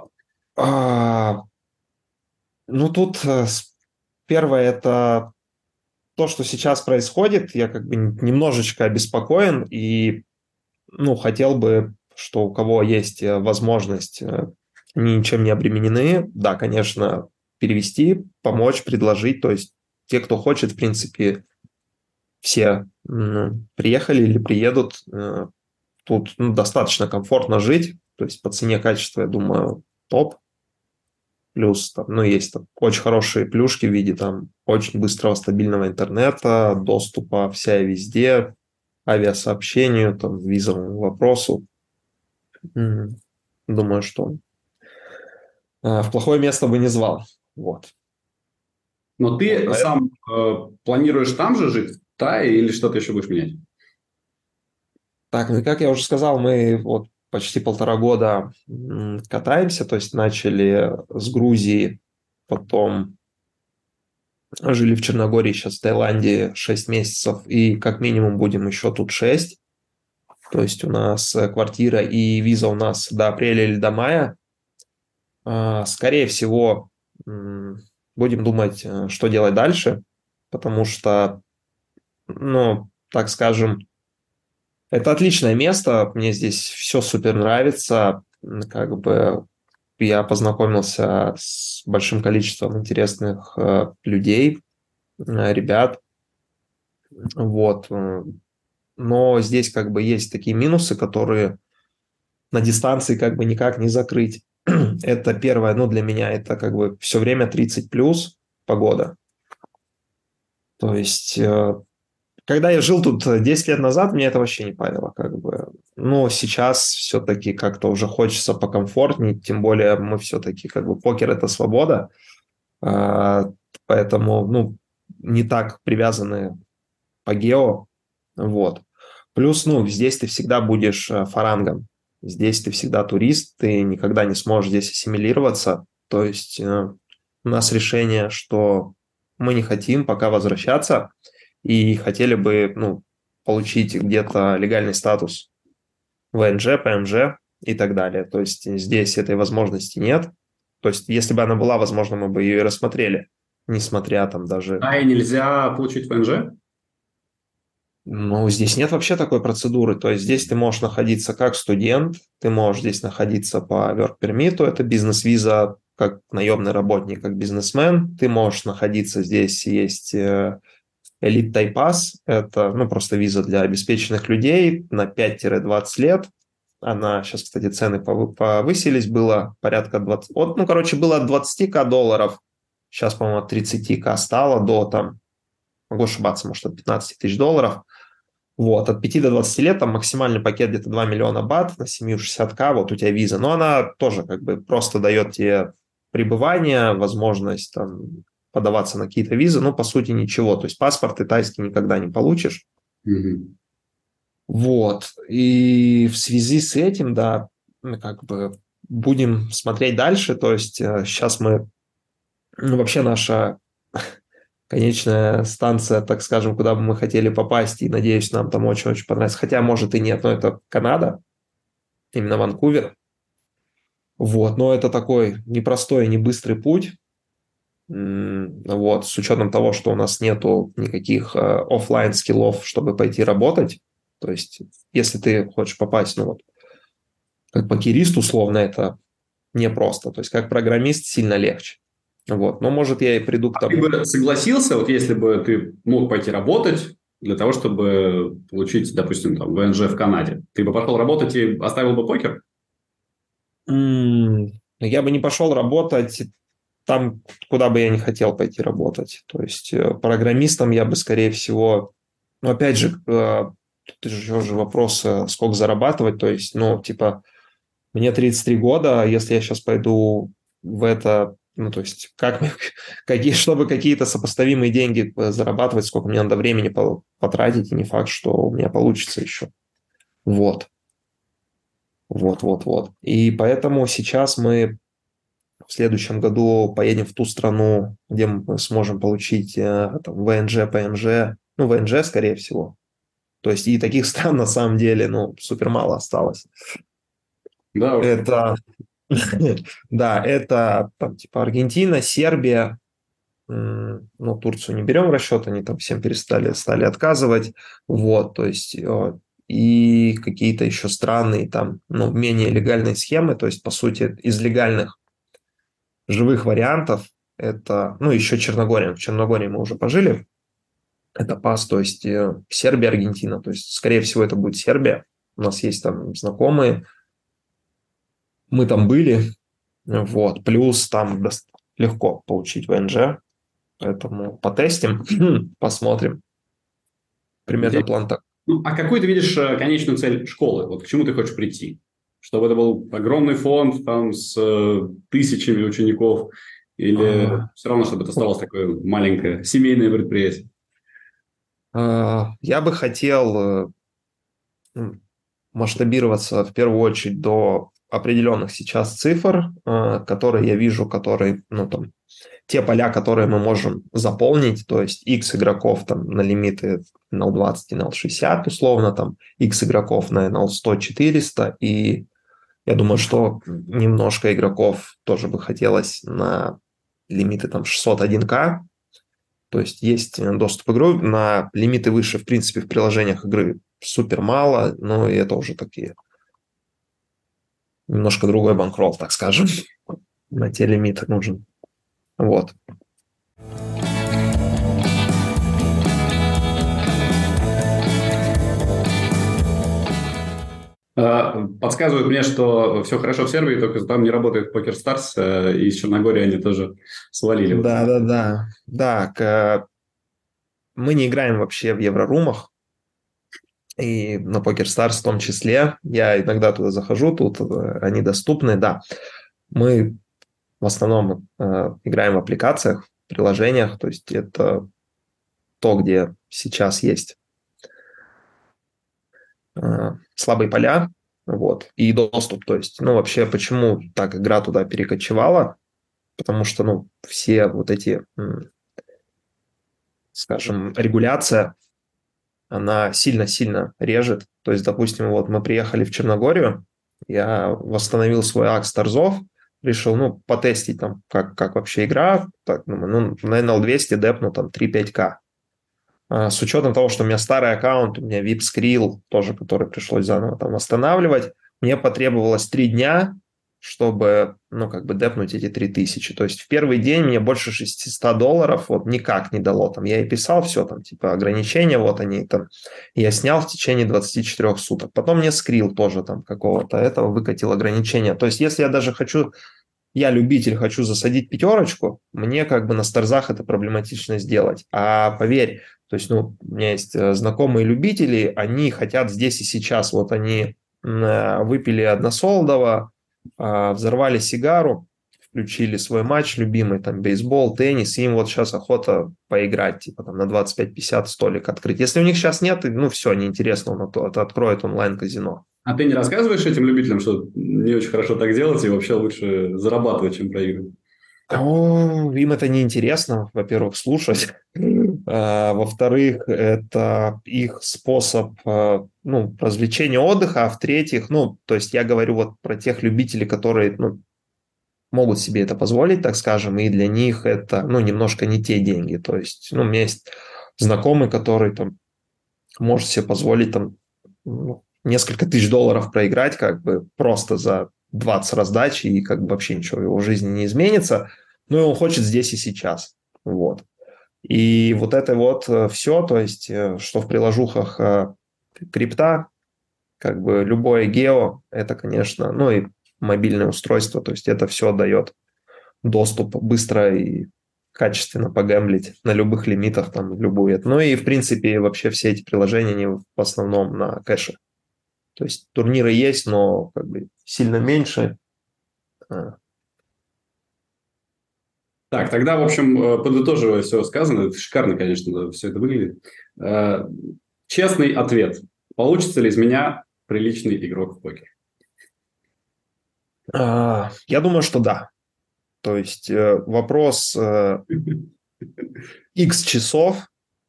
Ну, тут первое – это то, что сейчас происходит. Я как бы немножечко обеспокоен и, ну, хотел бы, что у кого есть возможность, они ничем не обременены, да, конечно, перевести, помочь, предложить. То есть те, кто хочет, в принципе, все приехали или приедут. Тут, ну, достаточно комфортно жить. То есть по цене, качеству, я думаю, топ. Плюс там, ну, есть там очень хорошие плюшки в виде там очень быстрого стабильного интернета, доступа вся и везде, авиасообщению, там, визовому вопросу. Думаю, что в плохое место бы не звал. Вот. Но ты Вот, сам планируешь там же жить, в Тае, или что-то еще будешь менять? Так, ну и как я уже сказал, мы вот почти 1,5 года катаемся, то есть начали с Грузии, потом Жили в Черногории, сейчас в Таиланде 6 месяцев, и как минимум будем еще тут 6. То есть у нас квартира и виза у нас до апреля или до мая. Скорее всего, будем думать, что делать дальше, потому что, ну, так скажем, это отличное место, мне здесь все супер нравится, как бы я познакомился с большим количеством интересных людей, ребят, вот, но здесь как бы есть такие минусы, которые на дистанции как бы никак не закрыть. Это первое, ну, для меня это как бы все время 30 плюс погода. То есть, когда я жил тут 10 лет назад, мне это вообще не парило, как бы. Но сейчас все-таки как-то уже хочется покомфортнее, тем более мы все-таки, как бы, покер – это свобода, а, поэтому, ну, не так привязаны по гео, вот. Плюс, ну, здесь ты всегда будешь фарангом, здесь ты всегда турист, ты никогда не сможешь здесь ассимилироваться, то есть у нас решение, что мы не хотим пока возвращаться и хотели бы, ну, получить где-то легальный статус ВНЖ, ПМЖ и так далее. То есть здесь этой возможности нет. То есть если бы она была, возможно, мы бы ее и рассмотрели, несмотря там даже... А и нельзя получить ВНЖ? Ну, здесь нет вообще такой процедуры. То есть здесь ты можешь находиться как студент, ты можешь здесь находиться по work permit, это бизнес-виза, как наемный работник, как бизнесмен. Ты можешь находиться здесь, есть Elite Type Pass, это, ну, просто виза для обеспеченных людей на 5-20 лет. Она, сейчас, кстати, цены повысились, было порядка 20, вот, ну, короче, было от 20к долларов, сейчас, по-моему, от 30к стало до, там, могу ошибаться, может, от 15 тысяч долларов. Вот, от 5 до 20 лет, там максимальный пакет где-то 2 миллиона бат, на семью 60к, вот у тебя виза. Но она тоже как бы просто дает тебе пребывание, возможность там подаваться на какие-то визы, ну, по сути, ничего. То есть паспорт ты тайский никогда не получишь. Угу. Вот, и в связи с этим, да, мы как бы будем смотреть дальше, то есть сейчас мы, ну, вообще наша конечная станция, так скажем, куда бы мы хотели попасть, и, надеюсь, нам там очень-очень понравится. Хотя, может, и нет, но это Канада, именно Ванкувер. Вот, но это такой непростой, не быстрый путь. Вот, с учетом того, что у нас нету никаких офлайн скиллов, чтобы пойти работать. То есть, если ты хочешь попасть, ну вот, как покерист, условно, это непросто. То есть, как программист сильно легче. Вот, но, может, я и приду к А ты тому. бы согласился, вот если бы ты мог пойти работать для того, чтобы получить, допустим, там, ВНЖ в Канаде, ты бы пошел работать и оставил бы покер? Я бы не пошел работать там, куда бы я не хотел пойти работать. То есть программистом я бы, скорее всего, ну, опять же, тут же вопрос, сколько зарабатывать. То есть, ну, типа, мне 33 года, а если я сейчас пойду в это, ну, то есть, как, чтобы какие-то сопоставимые деньги зарабатывать, сколько мне надо времени потратить, и не факт, что у меня получится еще. Вот. Вот. И поэтому сейчас мы в следующем году поедем в ту страну, где мы сможем получить там, ВНЖ, ПМЖ, ну, ВНЖ, скорее всего. То есть и таких стран на самом деле, ну, супер мало осталось. Да уж. Это, да, это там, типа Аргентина, Сербия, ну, Турцию не берем в расчет, они там всем стали отказывать. Вот, то есть и какие-то еще странные там, ну, менее легальные схемы, то есть, по сути, из легальных живых вариантов это, ну, еще Черногория. В Черногории мы уже пожили. Это ПАС, то есть Сербия, Аргентина. То есть, скорее всего, это будет Сербия. У нас есть там знакомые. Мы там были. Вот. Плюс там легко получить ВНЖ. Поэтому потестим, посмотрим. Примерно план так. Ну, а какую ты видишь конечную цель школы? Вот к чему ты хочешь прийти? Чтобы это был огромный фонд там с тысячами учеников, или все равно, чтобы это оставалось такое маленькое семейное предприятие? Я бы хотел масштабироваться в первую очередь до определенных сейчас цифр, которые я вижу, которые, ну, там, те поля, которые мы можем заполнить, то есть X игроков там на лимиты NL20 и NL60, условно, там X игроков на NL100, 400, и я думаю, что немножко игроков тоже бы хотелось на лимиты там 601К, то есть доступ к игру, на лимиты выше, в принципе, в приложениях игры супер мало, но и это уже такие немножко другой банкролл, так скажем, на те лимиты нужен. Вот. Подсказывают мне, что все хорошо в Сербии, только там не работает Poker Stars, и из Черногории они тоже свалили. Да. Мы не играем вообще в еврорумах, и на Poker Stars в том числе. Я иногда туда захожу, тут они доступны, да. Мы в основном играем в аппликациях, в приложениях, то есть это то, где сейчас есть слабые поля, вот, и доступ, то есть, вообще, почему так игра туда перекочевала, потому что, все вот эти, скажем, регуляция, она сильно-сильно режет, то есть, допустим, вот мы приехали в Черногорию, я восстановил свой акс Торзов, решил, потестить там, как вообще игра, так, на NL200 депну там 3-5К. С учетом того, что у меня старый аккаунт, у меня VIP Skrill, тоже, который пришлось заново там восстанавливать, мне потребовалось 3 дня, чтобы, депнуть эти 3000. То есть в первый день мне больше $600 вот никак не дало. Там я и писал все, там, типа, ограничения, вот они там. Я снял в течение 24 суток. Потом мне Skrill тоже там какого-то этого выкатил ограничения. То есть если я даже я любитель, хочу засадить 5, мне на старзах это проблематично сделать. А поверь, то есть, у меня есть знакомые любители, они хотят здесь и сейчас. Вот они выпили односолодово, взорвали сигару, включили свой матч любимый, там, бейсбол, теннис, и им вот сейчас охота поиграть, типа, там, на 25-50 столик открыть. Если у них сейчас нет, все, неинтересно, он откроет онлайн-казино. А ты не рассказываешь этим любителям, что не очень хорошо так делать и вообще лучше зарабатывать, чем проигрывать? Им это неинтересно, во-первых, слушать. Во-вторых, это их способ развлечения, отдыха. А в-третьих, то есть я говорю вот про тех любителей, которые могут себе это позволить, так скажем, и для них это немножко не те деньги. То есть у меня есть знакомый, который там может себе позволить там несколько тысяч долларов проиграть просто за 20 раздач, и вообще ничего в его жизни не изменится, но он хочет здесь и сейчас. Вот. И вот это вот все, то есть, что в приложухах крипта, любое гео, это, конечно, и мобильное устройство, то есть это все дает доступ быстро и качественно погэмблить на любых лимитах, там, любую. И, в принципе, вообще все эти приложения, они в основном на кэше. То есть турниры есть, но сильно меньше. Так, тогда, в общем, подытоживая все сказанное, шикарно, конечно, все это выглядит. Честный ответ. Получится ли из меня приличный игрок в покер? Я думаю, что да. То есть вопрос X часов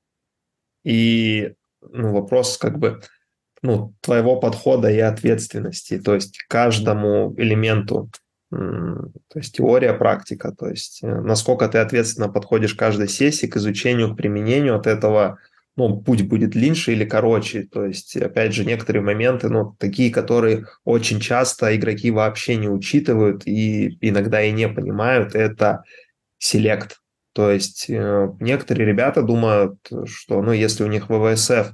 и вопрос твоего подхода и ответственности. То есть каждому элементу, то есть теория, практика, то есть насколько ты ответственно подходишь к каждой сессии, к изучению, к применению, от этого путь будет длиннее или короче. То есть, опять же, некоторые моменты, такие, которые очень часто игроки вообще не учитывают и иногда и не понимают, это селект. То есть некоторые ребята думают, что, если у них ВВСФ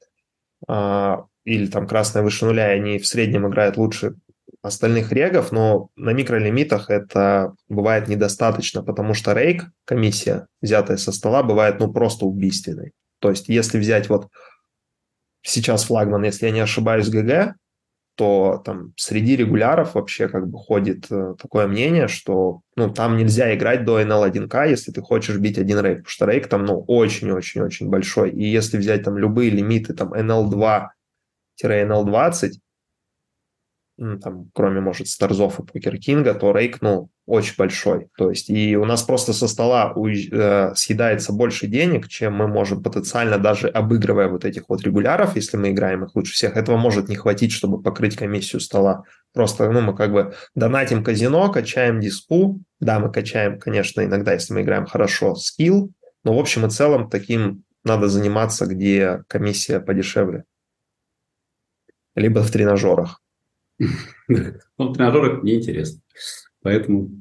или там красная выше нуля, и они в среднем играют лучше остальных регов, но на микролимитах это бывает недостаточно, потому что рейк, комиссия, взятая со стола, бывает просто убийственной. То есть если взять вот сейчас флагман, если я не ошибаюсь, ГГ, то там среди регуляров вообще ходит такое мнение, что там нельзя играть до NL1К, если ты хочешь бить один рейк, потому что рейк там очень-очень-очень большой. И если взять там любые лимиты, там NL2-NL20, там, кроме, может, Старзов и Покер Кинга, то рейк, очень большой. То есть, и у нас просто со стола съедается больше денег, чем мы можем потенциально, даже обыгрывая вот этих вот регуляров, если мы играем их лучше всех, этого может не хватить, чтобы покрыть комиссию стола. Просто, мы как бы донатим казино, качаем диспу. Да, мы качаем, конечно, иногда, если мы играем хорошо, скилл, но в общем и целом таким надо заниматься, где комиссия подешевле. Либо в тренажерах. В тренажерах неинтересно. Поэтому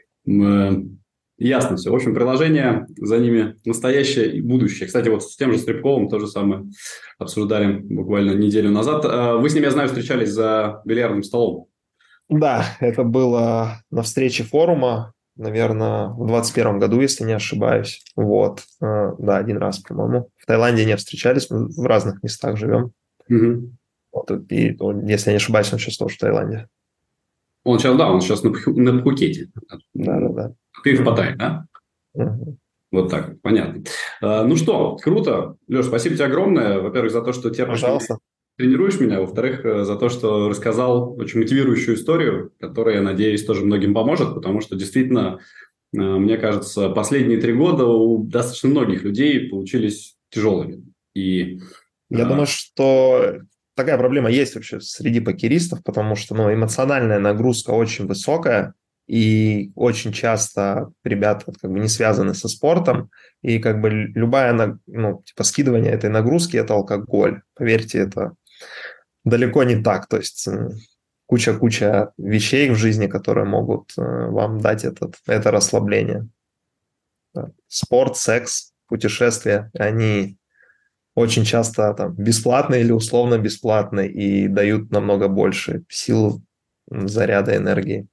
ясно все. В общем, приложение, за ними настоящее и будущее. Кстати, вот с тем же Стрибковым то же самое обсуждали буквально неделю назад. Вы с ним, я знаю, встречались за бильярдным столом. Да, это было на встрече форума, наверное, в 2021 году, если не ошибаюсь. Вот. Да, один раз, по-моему. В Таиланде не встречались, мы в разных местах живем. Угу. Вот, и, если я не ошибаюсь, он сейчас тоже в Таиланде. Он сейчас на Пхукете. Да. Ты в Паттайе, да? Угу. Вот так, понятно. Ну что, круто. Леш, спасибо тебе огромное. Во-первых, за то, что Пожалуйста. тренируешь меня. Во-вторых, за то, что рассказал очень мотивирующую историю, которая, я надеюсь, тоже многим поможет, потому что действительно, мне кажется, последние 3 года у достаточно многих людей получились тяжелыми. Я думаю, что такая проблема есть вообще среди покеристов, потому что эмоциональная нагрузка очень высокая, и очень часто ребята как бы не связаны со спортом, и как бы любая, скидывание этой нагрузки – это алкоголь. Поверьте, это далеко не так. То есть куча вещей в жизни, которые могут вам дать это расслабление. Спорт, секс, путешествия, они очень часто бесплатные или условно бесплатные и дают намного больше сил, заряда, энергии.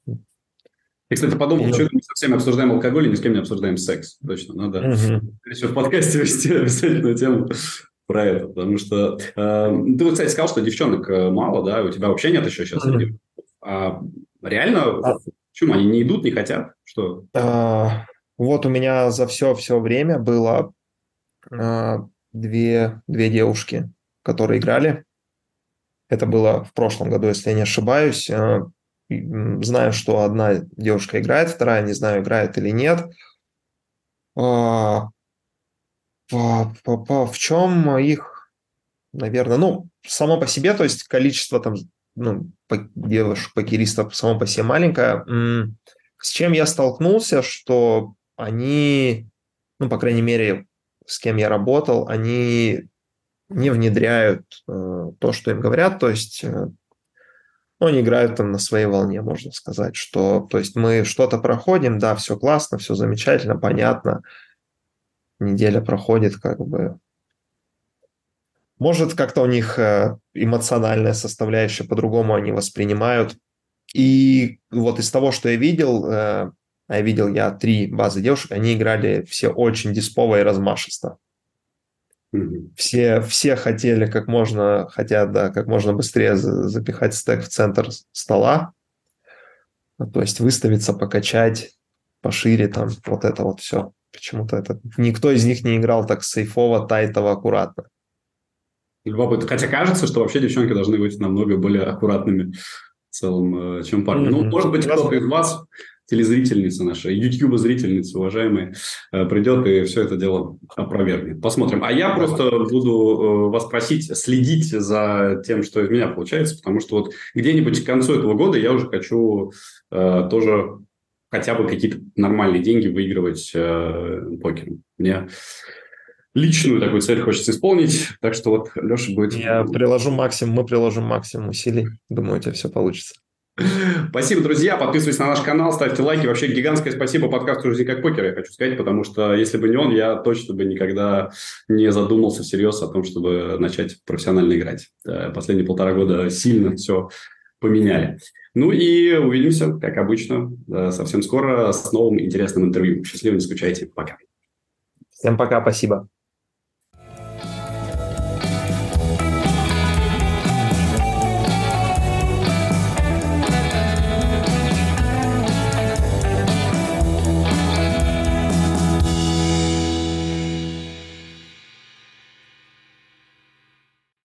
Я, кстати, подумал, почему мы со всеми обсуждаем алкоголь и ни с кем не обсуждаем секс. Точно, надо еще в подкасте вести обязательно тему про это. Потому что ты вот, кстати, сказал, что девчонок мало, да, у тебя вообще нет еще сейчас. А реально, почему они не идут, не хотят? Что? Вот у меня за все время было 2 девушки, которые играли. Это было в прошлом году, если я не ошибаюсь. Знаю, что одна девушка играет, вторая не знаю, играет или нет. В чем их, наверное, само по себе, то есть количество девушек-покеристов само по себе маленькое. С чем я столкнулся, что они, по крайней мере, с кем я работал, они не внедряют то, что им говорят, то есть они играют на своей волне, можно сказать, то есть мы что-то проходим, да, все классно, все замечательно, понятно, неделя проходит, как бы, может, как-то у них эмоциональная составляющая по-другому они воспринимают, и вот из того, что я видел, я 3 базы девушек, они играли все очень диспово и размашисто. Все хотели как можно быстрее запихать стек в центр стола, то есть выставиться, покачать пошире, вот это вот все. Почему-то никто из них не играл так сейфово, тайтово, аккуратно. Любопытно. Хотя кажется, что вообще девчонки должны быть намного более аккуратными в целом, чем парни. Может быть, кто-то из вас, телезрительницы наши, YouTube-зрительницы, уважаемые, придет и все это дело опровергнет. Посмотрим. А я просто буду вас просить следить за тем, что из меня получается, потому что вот где-нибудь к концу этого года я уже хочу тоже хотя бы какие-то нормальные деньги выигрывать покером. Мне личную такую цель хочется исполнить, так что вот Леша будет... Мы приложим максимум усилий. Думаю, у тебя все получится. Спасибо, друзья. Подписывайтесь на наш канал, ставьте лайки. Вообще гигантское спасибо подкасту «Жизнь как покер», я хочу сказать, потому что если бы не он, я точно бы никогда не задумался всерьез о том, чтобы начать профессионально играть. Последние 1,5 года сильно все поменяли. Ну и увидимся, как обычно, совсем скоро с новым интересным интервью. Счастливо, не скучайте. Пока. Всем пока, спасибо.